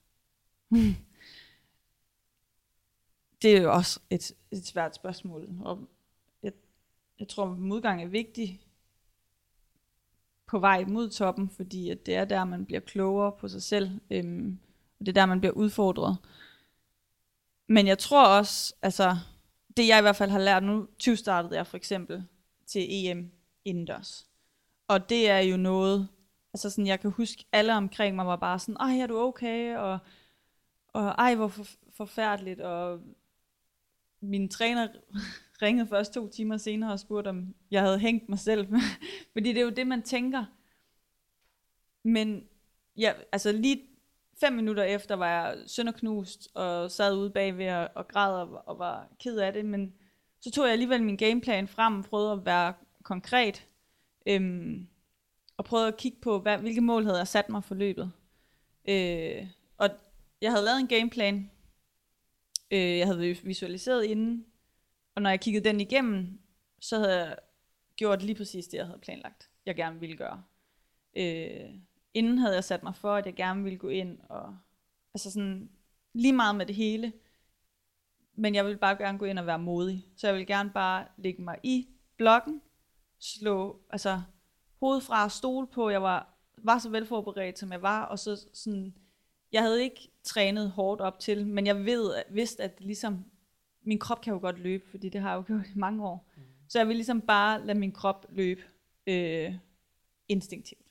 er jo også et svært spørgsmål. Og jeg tror, at modgang er vigtig på vej mod toppen, fordi at det er der, man bliver klogere på sig selv, og det er der, man bliver udfordret. Men jeg tror også, altså det jeg i hvert fald har lært nu, 20-startede jeg for eksempel til EM indendørs. Og det er jo noget, altså sådan, jeg kan huske, alle omkring mig var bare sådan, ej, er du okay? Og ej, hvor forfærdeligt. Og min træner ringede først 2 timer senere og spurgte, om jeg havde hængt mig selv. Fordi det er jo det, man tænker. Men ja, altså lige 5 minutter efter var jeg sønderknust og sad ude bagved og græd og var ked af det. Men så tog jeg alligevel min gameplan frem og prøvede at være konkret. og prøvede at kigge på, hvilke mål havde jeg sat mig for løbet. Og jeg havde lavet en gameplan, jeg havde visualiseret inden, og når jeg kiggede den igennem, så havde jeg gjort lige præcis det, jeg havde planlagt, jeg gerne ville gøre. Inden havde jeg sat mig for, at jeg gerne ville gå ind og, altså sådan, lige meget med det hele, men jeg ville bare gerne gå ind og være modig. Så jeg ville gerne bare lægge mig i blokken, slå hovedet fra at stole på, jeg var så velforberedt, som jeg var, og så sådan, jeg havde ikke trænet hårdt op til, men jeg vidste, at ligesom, min krop kan jo godt løbe, fordi det har jeg jo gjort i mange år. Så jeg ville ligesom bare lade min krop løbe instinktivt.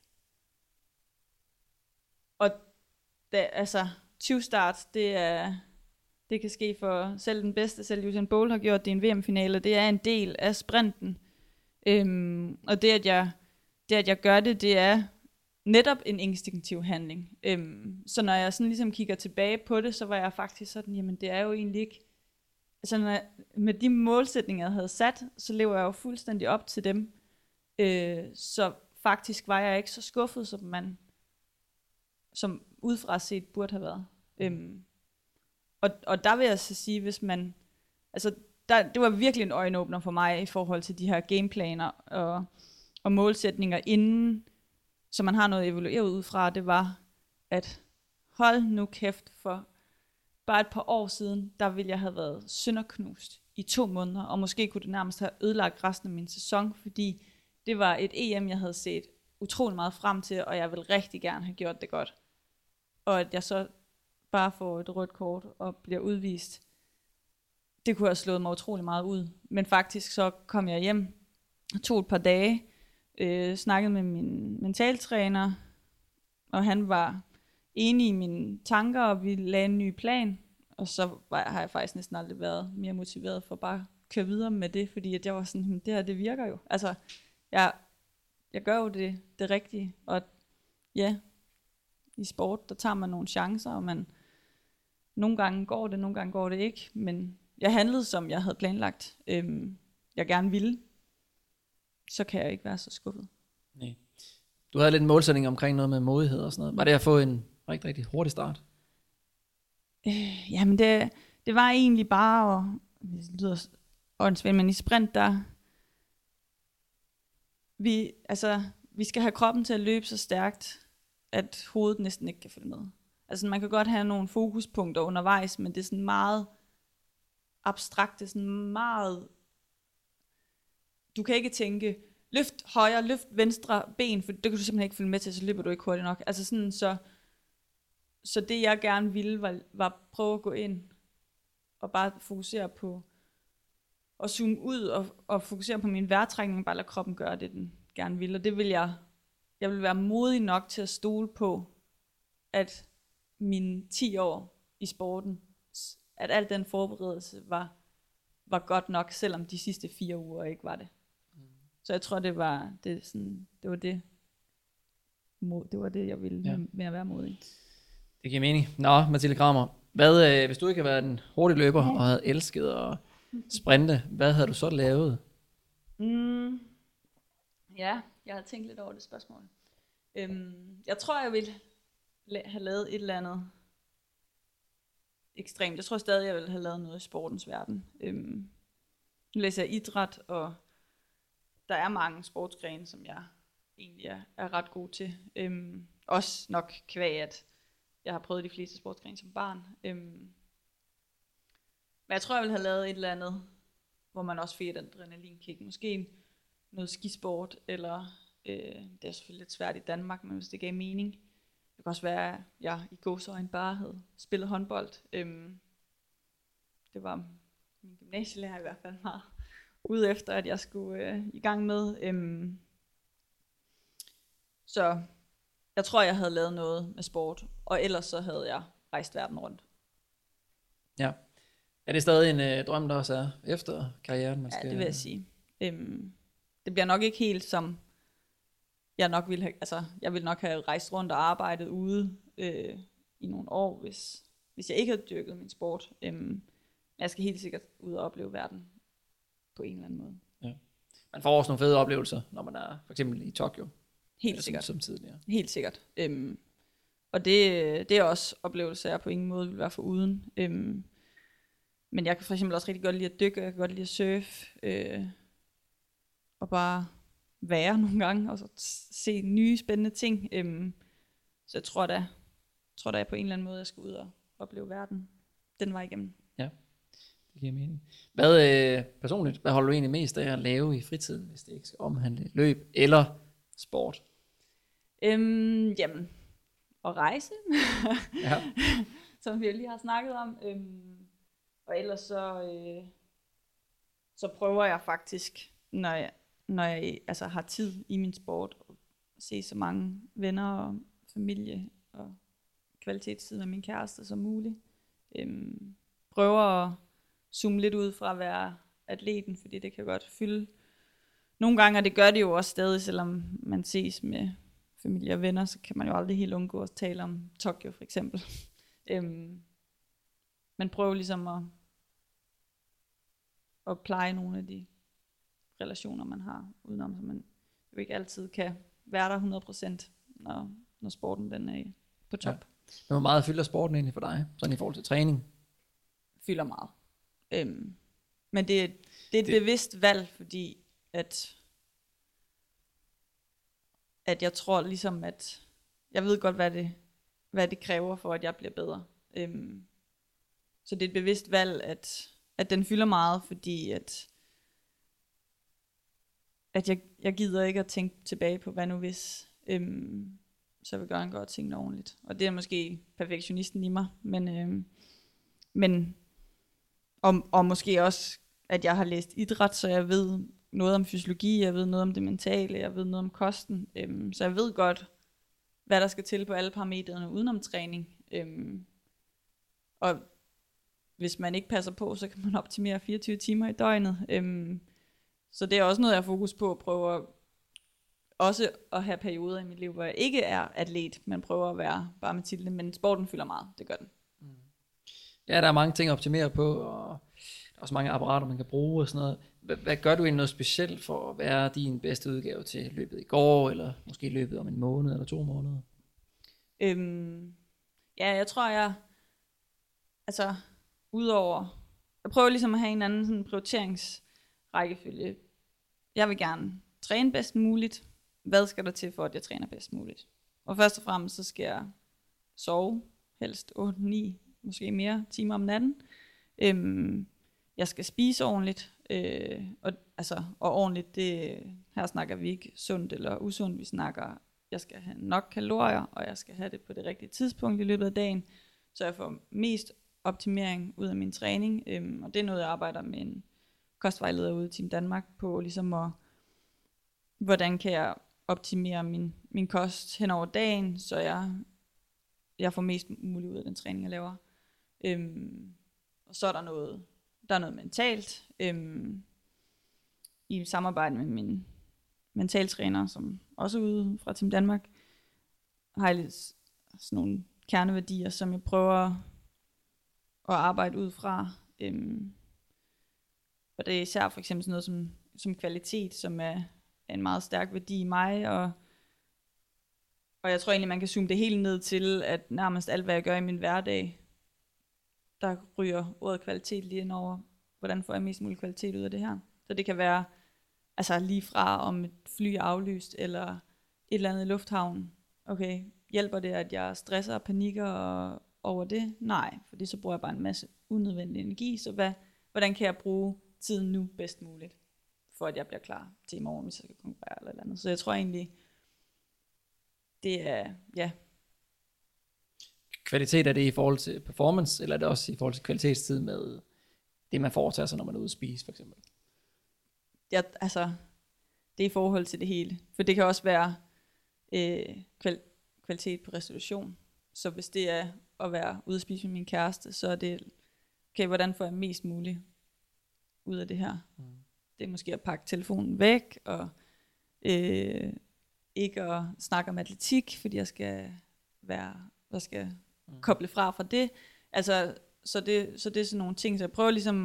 Og 20 start, det kan ske for selv den bedste, selv Usain Bolt har gjort det i en VM-finale, det er en del af sprinten. Og det at jeg gør det, det er netop en instinktiv handling. Så når jeg sådan ligesom kigger tilbage på det, så var jeg faktisk sådan, jamen det er jo egentlig ikke, altså med de målsætninger, jeg havde sat, så lever jeg jo fuldstændig op til dem. Så faktisk var jeg ikke så skuffet, som udefra set burde have været. Og der vil jeg så sige, hvis man, altså det var virkelig en øjenåbner for mig i forhold til de her gameplaner og målsætninger inden, så man har noget at evaluere ud fra, det var, at hold nu kæft, for bare et par år siden, der ville jeg have været sønderknust i 2 måneder, og måske kunne det nærmest have ødelagt resten af min sæson, fordi det var et EM, jeg havde set utrolig meget frem til, og jeg ville rigtig gerne have gjort det godt. Og at jeg så bare får et rødt kort og bliver udvist, det kunne have slået mig utrolig meget ud. Men faktisk så kom jeg hjem og tog et par dage, snakkede med min mentaltræner, og han var enig i mine tanker, og vi lagde en ny plan, og så har jeg faktisk næsten aldrig været mere motiveret for bare at køre videre med det, fordi at jeg var sådan, det her, det virker jo. Altså, jeg gør jo det rigtige, og ja, i sport, der tager man nogle chancer, og nogle gange går det ikke, men jeg handlede, som jeg havde planlagt, jeg gerne ville, så kan jeg ikke være så skuffet. Nej. Du havde lidt en målsætning omkring noget med modighed og sådan noget. Var det at få en rigtig, rigtig hurtig start? Jamen det var egentlig bare, det lyder åndssvagt, men i sprint, der vi skal have kroppen til at løbe så stærkt, at hovedet næsten ikke kan følge med. Altså man kan godt have nogle fokuspunkter undervejs, men det er sådan meget abstrakt, det er sådan meget, du kan ikke tænke, løft højre, løft venstre ben, for det kan du simpelthen ikke følge med til, så løber du ikke hurtigt nok. Altså sådan, så det jeg gerne ville, var at prøve at gå ind, og bare fokusere på, og zoome ud, og fokusere på min vejrtrækning, bare lade kroppen gøre det, den gerne vil. Og det vil jeg vil være modig nok til at stole på, at mine 10 år i sporten, at al den forberedelse var godt nok, selvom de sidste 4 uger ikke var det. Så jeg tror, det var det, jeg ville med at være modig. Det giver mening. Nå, Mathilde Kramer, hvis du ikke havde været en hurtig løber og havde elsket at sprinte, hvad havde du så lavet? Ja, jeg har tænkt lidt over det spørgsmål. Jeg tror, jeg ville have lavet et eller andet ekstremt. Jeg tror stadig, jeg ville have lavet noget i sportens verden. Nu læser jeg idræt, og der er mange sportsgrene, som jeg egentlig er ret god til. Også nok kvæg, at jeg har prøvet de fleste sportsgrene som barn. Men jeg tror, jeg ville have lavet et eller andet, hvor man også fik et adrenalinkick. Måske noget skisport, eller det er selvfølgelig lidt svært i Danmark, men hvis det gav mening. Det kan også være, at jeg i gåseøjne bare havde spillet håndbold. Det var min gymnasielærer i hvert fald meget ude efter, at jeg skulle i gang med. Så jeg tror, jeg havde lavet noget med sport, og ellers så havde jeg rejst verden rundt. Ja. Er det stadig en drøm, der også er efter karrieren? Man skal... Ja, det vil jeg sige. Det bliver nok ikke helt som jeg nok ville have, altså jeg ville nok have rejst rundt og arbejdet ude i nogle år, hvis jeg ikke havde dyrket min sport. Jeg skal helt sikkert ud og opleve verden på en eller anden måde. Ja. Man får også nogle fede oplevelser, når man er for eksempel i Tokyo. Helt sikkert. Som tidligere. Helt sikkert. Og det er også oplevelser, jeg på ingen måde vil være for uden. Men jeg kan for eksempel også rigtig godt lide at dykke, jeg kan godt lide at surfe, og bare være nogle gange, og så se nye spændende ting. Så jeg tror da jeg på en eller anden måde, jeg skal ud og opleve verden den vej igennem. Ja, det giver mening. Hvad personligt, hvad holder du egentlig mest af at lave i fritiden, hvis det ikke skal omhandle løb eller sport? Jamen, at rejse, Ja. som vi jo lige har snakket om. Og ellers så prøver jeg faktisk, når jeg altså har tid i min sport, at se så mange venner og familie og kvalitetstid med min kæreste som muligt. Prøver at zoome lidt ud fra at være atleten, fordi det kan godt fylde nogle gange, og det gør det jo også stadig, selvom man ses med familie og venner, så kan man jo aldrig helt undgå at tale om Tokyo for eksempel. Man prøver ligesom at pleje nogle af de relationer, man har udenom, så man jo ikke altid kan være der 100%, når sporten den er på top. Ja. Hvor meget fylder sporten egentlig for dig, sådan i forhold til træning? Fylder meget. Men det er et bevidst valg, fordi at jeg tror ligesom, at jeg ved godt, hvad det kræver for, at jeg bliver bedre. Så det er et bevidst valg, at den fylder meget, fordi at jeg gider ikke at tænke tilbage på, hvad nu hvis, så jeg vil gerne gøre tingene ordentligt. Og det er måske perfektionisten i mig, men og måske også, at jeg har læst idræt, så jeg ved noget om fysiologi, jeg ved noget om det mentale, jeg ved noget om kosten, så jeg ved godt, hvad der skal til på alle parametrene udenom træning. Og hvis man ikke passer på, så kan man optimere 24 timer i døgnet. Så det er også noget, jeg har fokus på at prøve også at have perioder i mit liv, hvor jeg ikke er atlet, men prøver at være bare Mathilde, men sporten fylder meget, det gør den. Ja, der er mange ting at optimere på, og der er også mange apparater, man kan bruge og sådan noget. Hvad gør du egentlig noget specielt for at være din bedste udgave til løbet i går, eller måske løbet om en måned eller 2 måneder? Ja, jeg tror, altså udover, jeg prøver ligesom at have en anden sådan prioriteringsrækkefølge. Jeg vil gerne træne bedst muligt. Hvad skal der til for, at jeg træner bedst muligt? Og først og fremmest, så skal jeg sove, helst 8-9, måske mere timer om natten. Jeg skal spise ordentligt, og ordentligt, her snakker vi ikke sundt eller usundt, vi snakker, jeg skal have nok kalorier, og jeg skal have det på det rigtige tidspunkt i løbet af dagen, så jeg får mest optimering ud af min træning, og det er noget, jeg arbejder med en kostvejleder ude i Team Danmark på, ligesom hvordan kan jeg optimere min kost hen over dagen, så jeg får mest muligt ud af den træning, jeg laver. Og så er der noget mentalt, i samarbejde med min mentaltræner, som også er ude fra Team Danmark, har jeg lidt sådan nogle kerneværdier, som jeg prøver at arbejde ud fra. Og det er især for eksempel sådan noget som kvalitet, som er en meget stærk værdi i mig, og jeg tror egentlig, man kan zoome det helt ned til, at nærmest alt, hvad jeg gør i min hverdag, der ryger ordet kvalitet lige ind over, hvordan får jeg mest mulig kvalitet ud af det her. Så det kan være altså lige fra, om et fly er aflyst, eller et eller andet i lufthavnen. Okay, hjælper det, at jeg stresser og panikker over det? Nej, fordi så bruger jeg bare en masse unødvendig energi. Så hvordan kan jeg bruge tiden nu bedst muligt, for at jeg bliver klar til i morgen, hvis jeg skal konkurrere eller andet. Så jeg tror egentlig, det er, ja. Kvalitet, er det i forhold til performance, eller er det også i forhold til kvalitetstid med det, man foretager sig, når man er ude at spise, for eksempel? Ja, altså, det er i forhold til det hele. For det kan også være kvalitet på restitution. Så hvis det er at være ude at spise med min kæreste, så er det, okay, hvordan får jeg mest muligt ud af det her? Det er måske at pakke telefonen væk, og ikke at snakke om atletik, fordi jeg skal koble fra det. Altså, så det er sådan nogle ting, så jeg prøver ligesom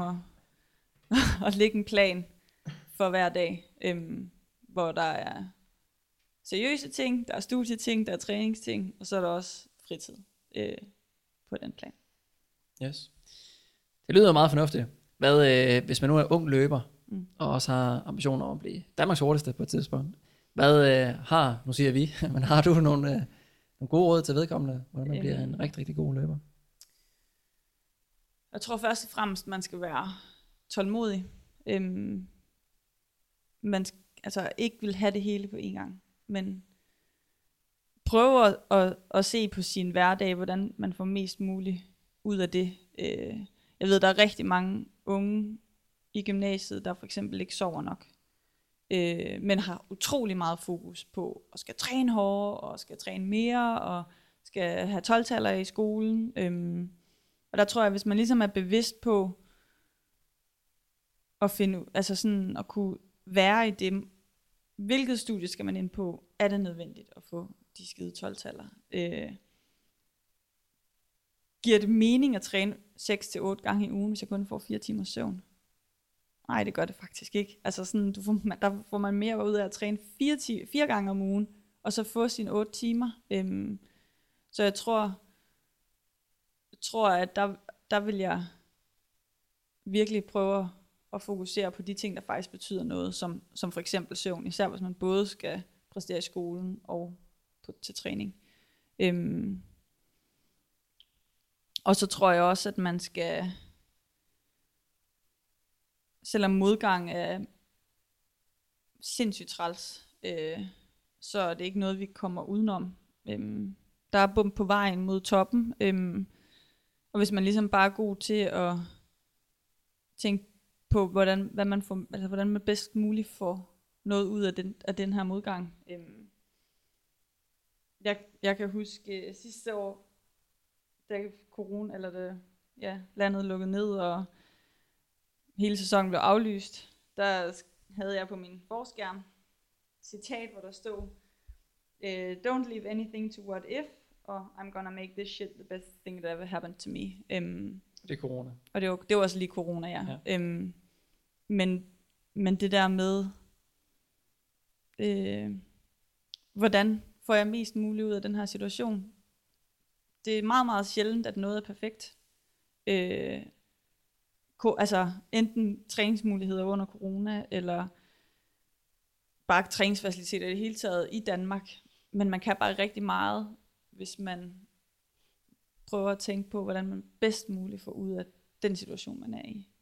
at lægge en plan for hver dag, hvor der er seriøse ting, der er studieting, der er træningsting, og så er der også fritid på den plan. Yes. Det lyder meget fornuftigt. Hvad, hvis man nu er ung løber, og også har ambitioner om at blive Danmarks hurtigste på et tidspunkt, nu siger vi, men har du nogle gode råd til vedkommende, hvordan man bliver en rigtig, rigtig god løber? Jeg tror først og fremmest, man skal være tålmodig. Man ikke vil have det hele på en gang, men prøve at se på sin hverdag, hvordan man får mest muligt ud af det. Jeg ved, der er rigtig mange unge i gymnasiet, der for eksempel ikke sover nok, men har utrolig meget fokus på at skal træne hårdere, og skal træne mere, og skal have 12-taller i skolen. Og der tror jeg, hvis man ligesom er bevidst på at finde, altså sådan at kunne være i det, hvilket studie skal man ind på, er det nødvendigt at få de skide 12-taller. Giver det mening at træne 6-8 gange i ugen, hvis jeg kun får 4 timer søvn? Nej, det gør det faktisk ikke. Altså sådan, der får man mere ud af at træne 4 gange om ugen, og så få sine 8 timer. Så jeg tror, at der vil jeg virkelig prøve at fokusere på de ting, der faktisk betyder noget, som for eksempel søvn, især hvis man både skal præstere i skolen og til træning. Og så tror jeg også, at man skal, selvom modgang er sindssygt træls, så er det ikke noget, vi kommer udenom. Der er bump på vejen mod toppen, og hvis man ligesom bare er god til at tænke på, hvordan man bedst muligt får noget ud af den her modgang. Jeg kan huske sidste år, da corona, landet lukkede ned, og hele sæsonen blev aflyst, der havde jeg på min forskærm citat, hvor der stod, don't leave anything to what if, og I'm gonna make this shit the best thing that ever happened to me. Det er corona. Og det var også lige corona, ja. Men det der med, hvordan får jeg mest muligt ud af den her situation? Det er meget, meget sjældent, at noget er perfekt. Enten træningsmuligheder under corona, eller bare træningsfaciliteter i det hele taget i Danmark. Men man kan bare rigtig meget, hvis man prøver at tænke på, hvordan man bedst muligt får ud af den situation, man er i.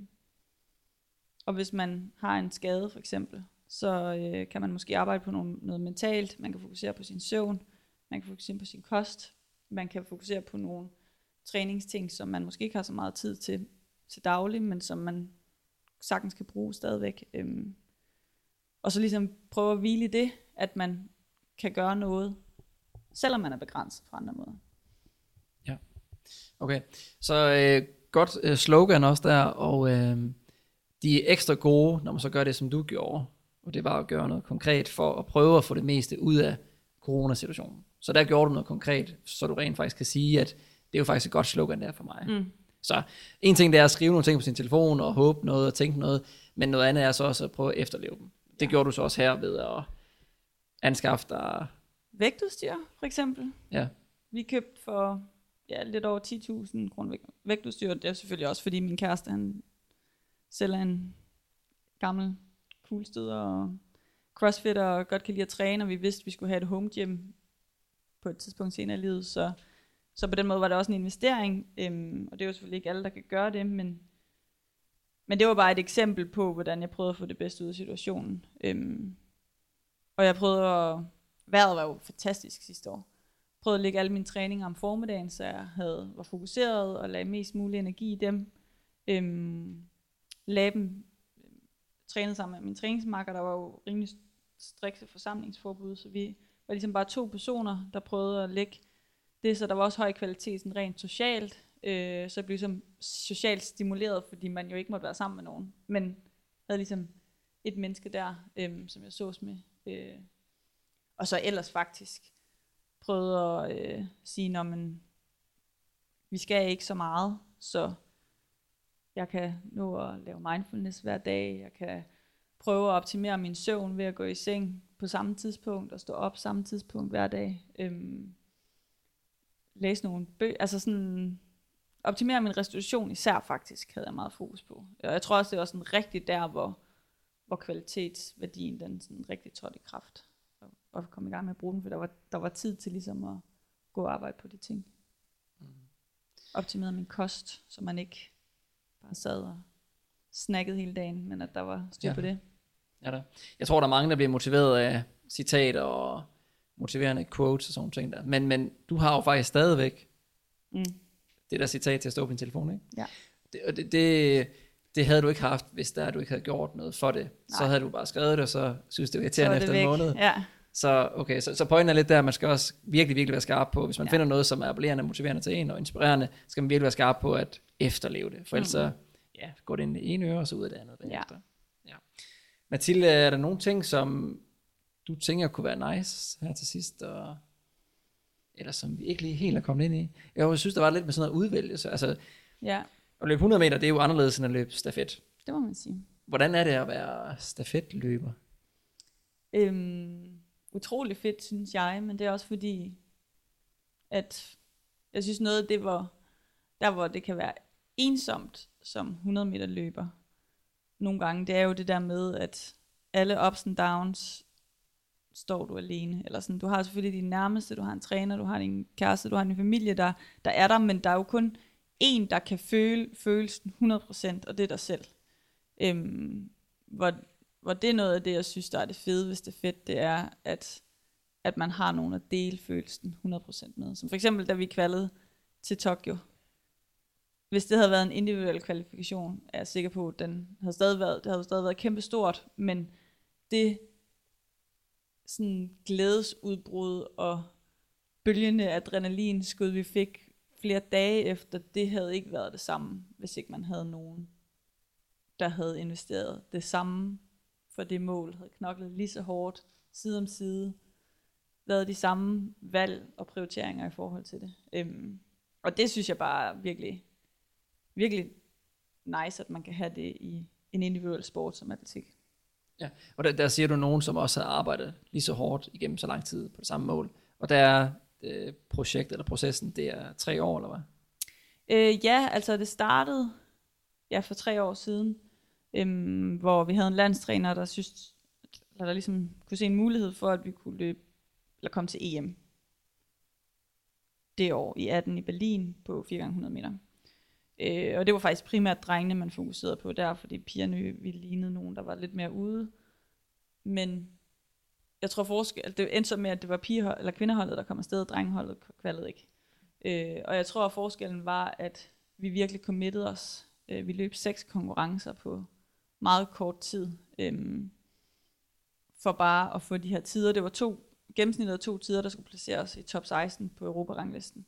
Og hvis man har en skade for eksempel, så kan man måske arbejde på noget mentalt. Man kan fokusere på sin søvn, man kan fokusere på sin kost, man kan fokusere på nogle træningsting, som man måske ikke har så meget tid til daglig, men som man sagtens kan bruge stadigvæk. Og så ligesom prøve at hvile i det, at man kan gøre noget, selvom man er begrænset på andre måder. Ja, okay. Så godt slogan også der, og de er ekstra gode, når man så gør det, som du gjorde, og det var at gøre noget konkret for at prøve at få det meste ud af coronasituationen. Så der gjorde du noget konkret, så du rent faktisk kan sige, at det er jo faktisk et godt slogan der for mig. Så en ting det er at skrive nogle ting på sin telefon, og håbe noget, og tænke noget, men noget andet er så også at prøve at efterleve dem. Det gjorde du så også her ved at anskaffe dig vægtudstyr, for eksempel. Ja. Vi købte for lidt over 10.000 kroner vægtudstyr. Det er selvfølgelig også, fordi min kæreste, han selv er en gammel kuglestøder og crossfitter, og godt kan lide at træne, og vi vidste, at vi skulle have et home gym på et tidspunkt senere i livet. Så på den måde var det også en investering, og det er jo selvfølgelig ikke alle, der kan gøre det, men det var bare et eksempel på, hvordan jeg prøvede at få det bedste ud af situationen. Og jeg prøvede vejret var jo fantastisk sidste år. Jeg prøvede at lægge alle mine træninger om formiddagen, så jeg var fokuseret og lagde mest mulig energi i dem. Lagde dem, trænede sammen med min træningsmarker, der var jo rimelig strikse forsamlingsforbud, så vi var ligesom bare 2 personer, der prøvede at lægge det, så der var også høj kvalitet sådan rent socialt, så jeg blev ligesom socialt stimuleret, fordi man jo ikke måtte være sammen med nogen, men havde ligesom et menneske der, som jeg sås med, og så ellers faktisk prøvede at sige, men vi skal ikke så meget, så jeg kan nå at lave mindfulness hver dag, jeg kan prøve at optimere min søvn ved at gå i seng på samme tidspunkt og stå op samme tidspunkt hver dag. Læse nogle bøger, altså sådan optimere min restitution især faktisk, havde jeg meget fokus på. Og jeg tror også, det var sådan rigtig der, hvor kvalitetsværdien den sådan rigtig trådte i kraft. Og kom i gang med at bruge den, for der var tid til ligesom at gå og arbejde på de ting. Optimere min kost, så man ikke bare sad og snakkede hele dagen, men at der var styr på det. Ja da. Jeg tror, der er mange, der bliver motiveret af citater og motiverende quotes og sådan ting der. Men du har jo faktisk stadigvæk det der citat til at stå på din telefon, ikke? Ja. Det havde du ikke haft, hvis du ikke havde gjort noget for det. Nej. Så havde du bare skrevet det, og så synes det var irriterende efter en måned. Ja. Så pointen er lidt der, at man skal også virkelig være skarp på, hvis man finder noget, som er appellerende, motiverende til en og inspirerende, skal man virkelig være skarp på at efterleve det. For ellers så går det ind i ene øre, og så ud af det andet bagefter. Ja. Mathilde, er der nogle ting, som du tænker kunne være nice her til sidst, eller som vi ikke lige helt er kommet ind i? Jeg synes, der var lidt med sådan noget udvælgelse. Altså, at løbe 100 meter, det er jo anderledes end at løbe stafet. Det må man sige. Hvordan er det at være stafetløber? Utrolig fedt, synes jeg, men det er også fordi, at jeg synes noget af det, hvor det kan være ensomt som 100 meter løber, nogle gange, det er jo det der med, at alle ups and downs står du alene, eller sådan, du har selvfølgelig din nærmeste, du har en træner, du har din kæreste, du har din familie, der er der, men der er jo kun en, der kan føle følelsen 100%, og det er dig selv. Hvor det er noget af det, jeg synes, der er det fede, hvis det er fedt, det er, at man har nogen at dele følelsen 100% med. Som for eksempel, da vi kvalede til Tokyo. Hvis det havde været en individuel kvalifikation, er jeg sikker på, at det havde stadig været kæmpestort, men det sådan glædesudbrud og bølgende adrenalinskud, vi fik flere dage efter, det havde ikke været det samme, hvis ikke man havde nogen, der havde investeret det samme for det mål, havde knoklet lige så hårdt, side om side, lavet de samme valg og prioriteringer i forhold til det. Og det synes jeg bare er virkelig, virkelig nice, at man kan have det i en individuel sport som atletik. Ja, og der siger du nogen, som også har arbejdet lige så hårdt igennem så lang tid på det samme mål. Og der er projektet eller processen, det er 3 år, eller hvad? Ja, altså det startede for 3 år siden, hvor vi havde en landstræner, der ligesom kunne se en mulighed for, at vi kunne løbe eller komme til EM det år i 18 i Berlin på 4x100 meter. Og det var faktisk primært drengene, man fokuserede på der, fordi pigerne ville lignede nogen, der var lidt mere ude. Men jeg tror det endte så med, at det var eller kvindeholdet, der kom afsted, og drengeholdet kvalede ikke. Og jeg tror, at forskellen var, at vi virkelig committede os. Vi løb 6 konkurrencer på meget kort tid, for bare at få de her tider. Det var gennemsnittet af 2 tider, der skulle placeres i top 16 på Europa-ranglisten.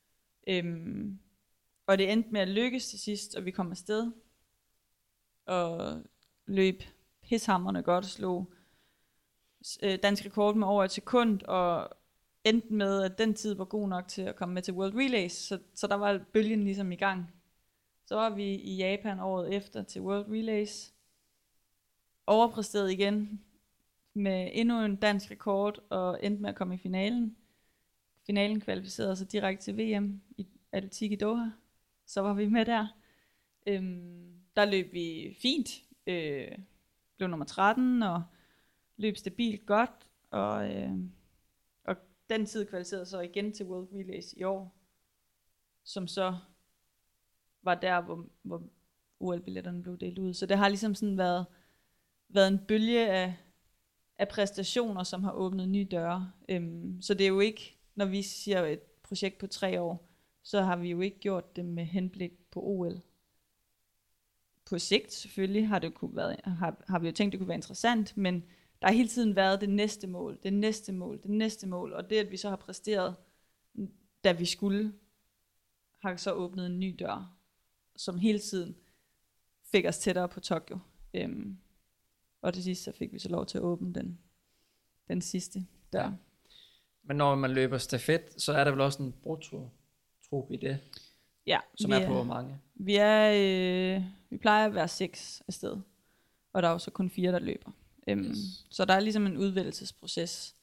Og det endte med at lykkes til sidst, og vi kom afsted og løb pishamrende godt, slog dansk rekord med over 1 sekund, og endte med, at den tid var god nok til at komme med til World Relays, så der var bølgen ligesom i gang. Så var vi i Japan året efter til World Relays, overpræsteret igen med endnu en dansk rekord, og endte med at komme i finalen. Finalen kvalificerede sig direkte til VM i atletik i Doha. Så var vi med der. Der løb vi fint. Blev nummer 13 og løb stabilt godt. Og den tid kvalificerede så igen til World Relays i år. Som så var der, hvor OL-billetterne blev delt ud. Så det har ligesom sådan været en bølge af præstationer, som har åbnet nye døre. Så det er jo ikke, når vi siger et projekt på 3 år, så har vi jo ikke gjort det med henblik på OL. På sigt selvfølgelig har vi jo tænkt, det kunne være interessant, men der har hele tiden været det næste mål, og det, at vi så har præsteret, da vi skulle, har så åbnet en ny dør, som hele tiden fik os tættere på Tokyo. Og til sidst så fik vi så lov til at åbne den sidste dør. Ja. Men når man løber stafet, så er der vel også en brutto-trup i det, ja, som er på mange? Vi plejer at være 6 afsted. og der er jo så kun 4, der løber. Så der er ligesom en udvælgelsesproces,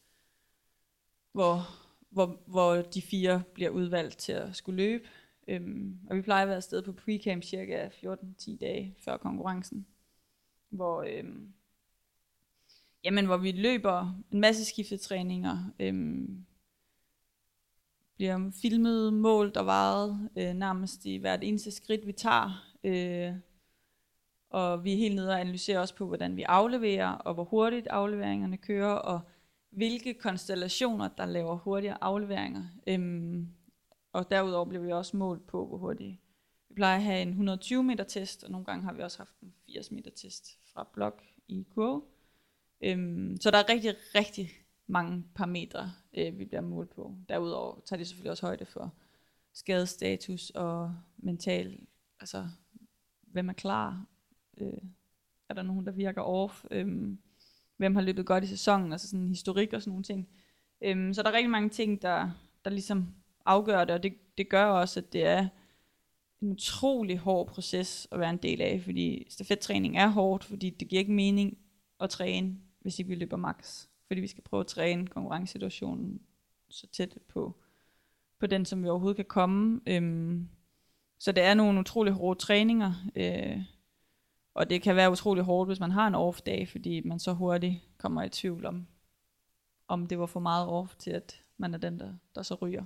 hvor de 4 bliver udvalgt til at skulle løbe. Og vi plejer at være afsted på pre-camp cirka 14-10 dage før konkurrencen, hvor vi løber en masse skiftetræninger, bliver filmet, målt og vejet nærmest i hvert eneste skridt vi tager, og vi er helt nede og analyserer også på hvordan vi afleverer, og hvor hurtigt afleveringerne kører, og hvilke konstellationer der laver hurtigere afleveringer. Og derudover bliver vi også målt på hvor hurtigt. Vi plejer at have en 120 meter test, og nogle gange har vi også haft en 80 meter test fra blok i kurve. Så der er rigtig, rigtig mange parametre, vi bliver målt på. Derudover tager de selvfølgelig også højde for skadestatus og mental, altså hvem er klar, er der nogen, der virker off, hvem har løbet godt i sæsonen, altså sådan historik og sådan nogle ting. Så der er rigtig mange ting, der ligesom afgør det, og det gør også, at det er en utrolig hård proces at være en del af, fordi stafettræning er hårdt, fordi det giver ikke mening at træne, hvis ikke vi løber max. Fordi vi skal prøve at træne konkurrencesituationen så tæt på den, som vi overhovedet kan komme. Så det er nogle utrolig hårde træninger, og det kan være utrolig hårdt, hvis man har en off-dag, fordi man så hurtigt kommer i tvivl om det var for meget off til, at man er den, der så ryger.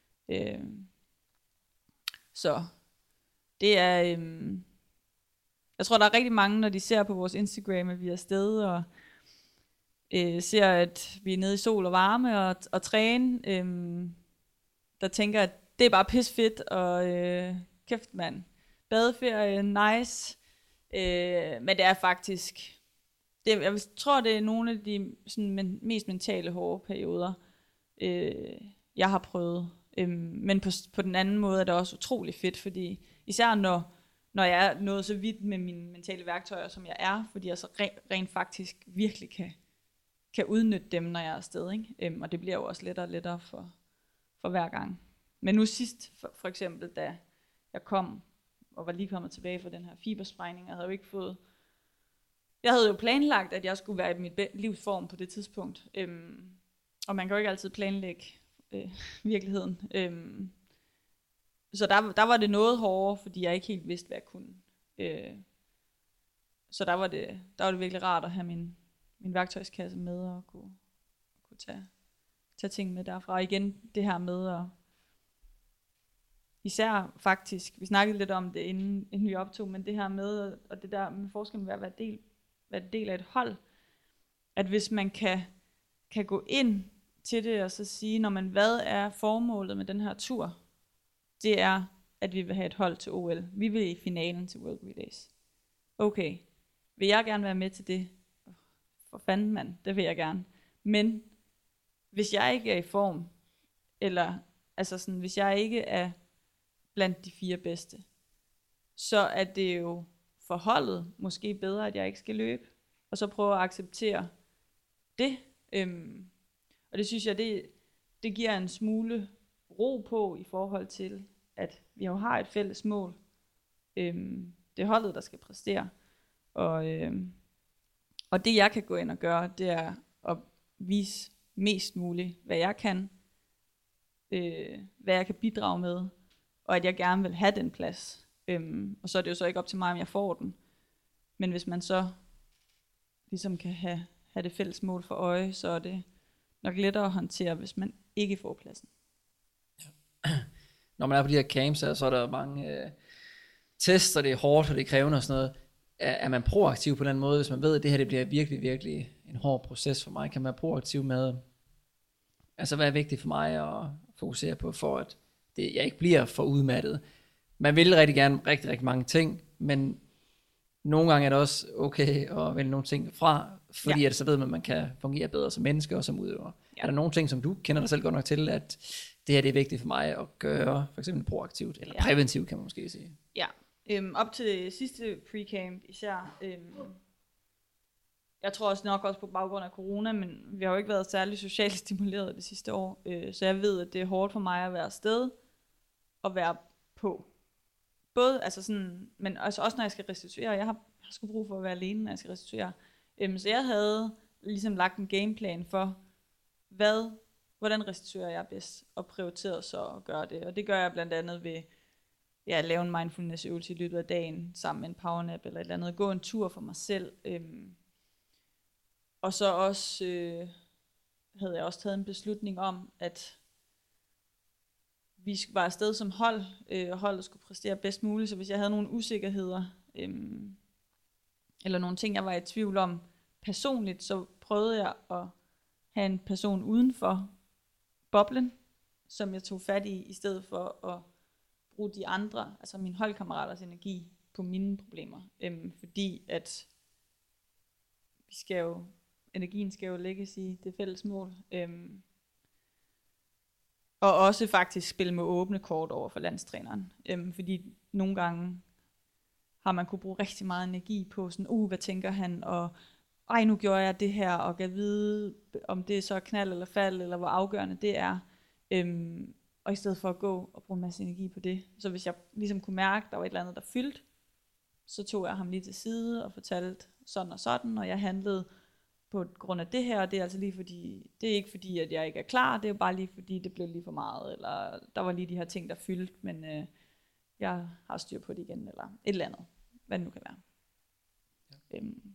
Så det er, jeg tror, der er rigtig mange, når de ser på vores Instagram, at vi er afsted og ser, at vi er nede i sol og varme og træne, der tænker, at det er bare pis fedt, og kæft mand, badeferie, nice, men det er faktisk, jeg tror, det er nogle af de sådan, mest mentale hårde perioder, jeg har prøvet. Men på den anden måde er det også utrolig fedt, fordi især når jeg er nået så vidt med mine mentale værktøjer, som jeg er, fordi jeg så rent faktisk virkelig kan udnytte dem, når jeg er afsted, ikke? Og det bliver jo også lettere og lettere for hver gang. Men nu sidst, for eksempel, da jeg kom, og var lige kommet tilbage fra den her fibersprængning, jeg havde jo planlagt, at jeg skulle være i mit livsform på det tidspunkt. Og man kan jo ikke altid planlægge virkeligheden. Så der var det noget hårdere, fordi jeg ikke helt vidste, hvad jeg kunne. Så der var det virkelig rart at have min værktøjskasse med og kunne tage ting med derfra. Og igen det her med at især faktisk, vi snakkede lidt om det inden vi optog, men det her med, og det der med forskellen ved at være del af et hold, at hvis man kan gå ind til det og så sige, hvad er formålet med den her tur? Det er, at vi vil have et hold til OL. Vi vil i finalen til World Relays. Okay, vil jeg gerne være med til det? For fanden mand, det vil jeg gerne. Men hvis jeg ikke er i form, eller altså sådan, hvis jeg ikke er blandt de 4 bedste, så er det jo for holdet måske bedre, at jeg ikke skal løbe, og så prøve at acceptere det. Og det synes jeg, det giver en smule ro på i forhold til, at vi jo har et fælles mål. Det er holdet, der skal præstere. Og det jeg kan gå ind og gøre, det er at vise mest muligt, hvad jeg kan, hvad jeg kan bidrage med, og at jeg gerne vil have den plads. Og så er det jo så ikke op til mig, om jeg får den. Men hvis man så ligesom kan have det fælles mål for øje, så er det nok lettere at håndtere, hvis man ikke får pladsen. Ja. Når man er på de her camps, så er der mange tests, og det er hårdt, og det er krævende og sådan noget. Er man proaktiv på den måde, hvis man ved, at det her det bliver virkelig, virkelig en hård proces for mig? Kan man være proaktiv med, altså hvad er vigtigt for mig at fokusere på, for at jeg ikke bliver for udmattet? Man vil rigtig gerne rigtig, rigtig mange ting, men nogle gange er det også okay at vælge nogle ting fra, fordi at så ved man, at man kan fungere bedre som menneske og som udøver. Ja. Er der nogle ting, som du kender dig selv godt nok til, at det her det er vigtigt for mig at gøre, for eksempel proaktivt, eller præventivt, kan man måske sige? Ja, op til det sidste pre-camp især, jeg tror også nok også på baggrund af corona, men vi har jo ikke været særlig socialt stimuleret det sidste år, så jeg ved, at det er hårdt for mig at være afsted og være på. Både, altså sådan, men altså også når jeg skal restituere, jeg har sgu brug for at være alene, når jeg skal restituere. Så jeg havde ligesom lagt en gameplan for, hvordan restituerer jeg bedst, og prioriteret så at gøre det. Og det gør jeg blandt andet ved at lave en mindfulness-øvelse i løbet af dagen, sammen med en powernap eller et eller andet, gå en tur for mig selv. Og så også havde jeg også taget en beslutning om, at vi var afsted som hold, og holdet skulle præstere bedst muligt, så hvis jeg havde nogle usikkerheder, eller nogle ting, jeg var i tvivl om personligt, så prøvede jeg at have en person uden for boblen, som jeg tog fat i stedet for at bruge de andre, altså mine holdkammeraters energi på mine problemer. Fordi at energien skal jo lægges i det fælles mål. Og også faktisk spille med åbne kort over for landstræneren. Fordi nogle gange har man kunne bruge rigtig meget energi på sådan, hvad tænker han, og nu gjorde jeg det her, og kan vide, om det er så knald eller fald, eller hvor afgørende det er. Og i stedet for at gå og bruge en masse energi på det. Så hvis jeg ligesom kunne mærke, at der var et eller andet, der fyldte, så tog jeg ham lige til side og fortalte sådan og sådan, og jeg handlede på grund af det her, og det er altså lige fordi, det er ikke fordi, at jeg ikke er klar, det er jo bare lige fordi, det blev lige for meget, eller der var lige de her ting, der fyldte, men jeg har styr på det igen, eller et eller andet, hvad det nu kan være. Ja.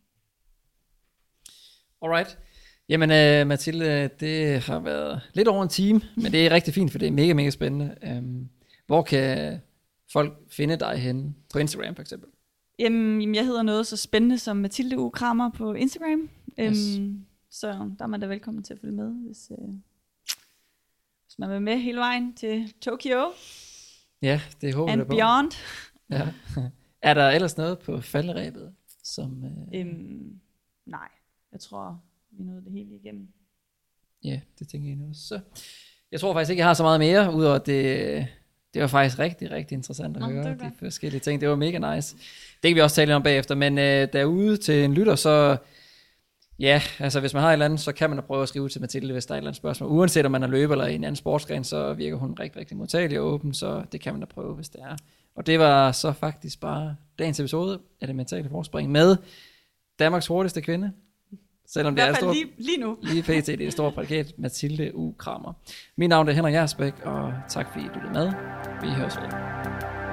Alright. Jamen Mathilde, det har været lidt over en time, men det er rigtig fint, for det er mega, mega spændende. Hvor kan folk finde dig henne? På Instagram for eksempel? Jamen, jeg hedder noget så spændende som Mathilde U. Kramer på Instagram. Yes. Så der er man da velkommen til at følge med, hvis man vil med hele vejen til Tokyo. Ja, det håber jeg på. And beyond. Ja. Er der ellers noget på falderæbet? Som, nej, jeg tror, vi nåede det hele igennem. Ja, det tænker jeg også. Så jeg tror faktisk ikke, jeg har så meget mere, udover at det var faktisk rigtig, rigtig interessant at høre de forskellige ting. Det var mega nice. Det kan vi også tale om bagefter, men derude til en lytter, så ja, altså hvis man har et eller andet, så kan man da prøve at skrive til Mathilde, hvis der er et eller andet spørgsmål. Uanset om man er løber eller i en anden sportsgren, så virker hun rigtig, rigtig modtagelig og åben, så det kan man da prøve, hvis det er. Og det var så faktisk bare dagens episode af Det Mentale Forspring med Danmarks hurtigste kvinde. Selvom det er stort, lige nu. Lige pt. Det er et stort prædikat, Mathilde U. Kramer. Mit navn er Henrik Jersbæk, og tak fordi I lyttede med. Vi høres ved.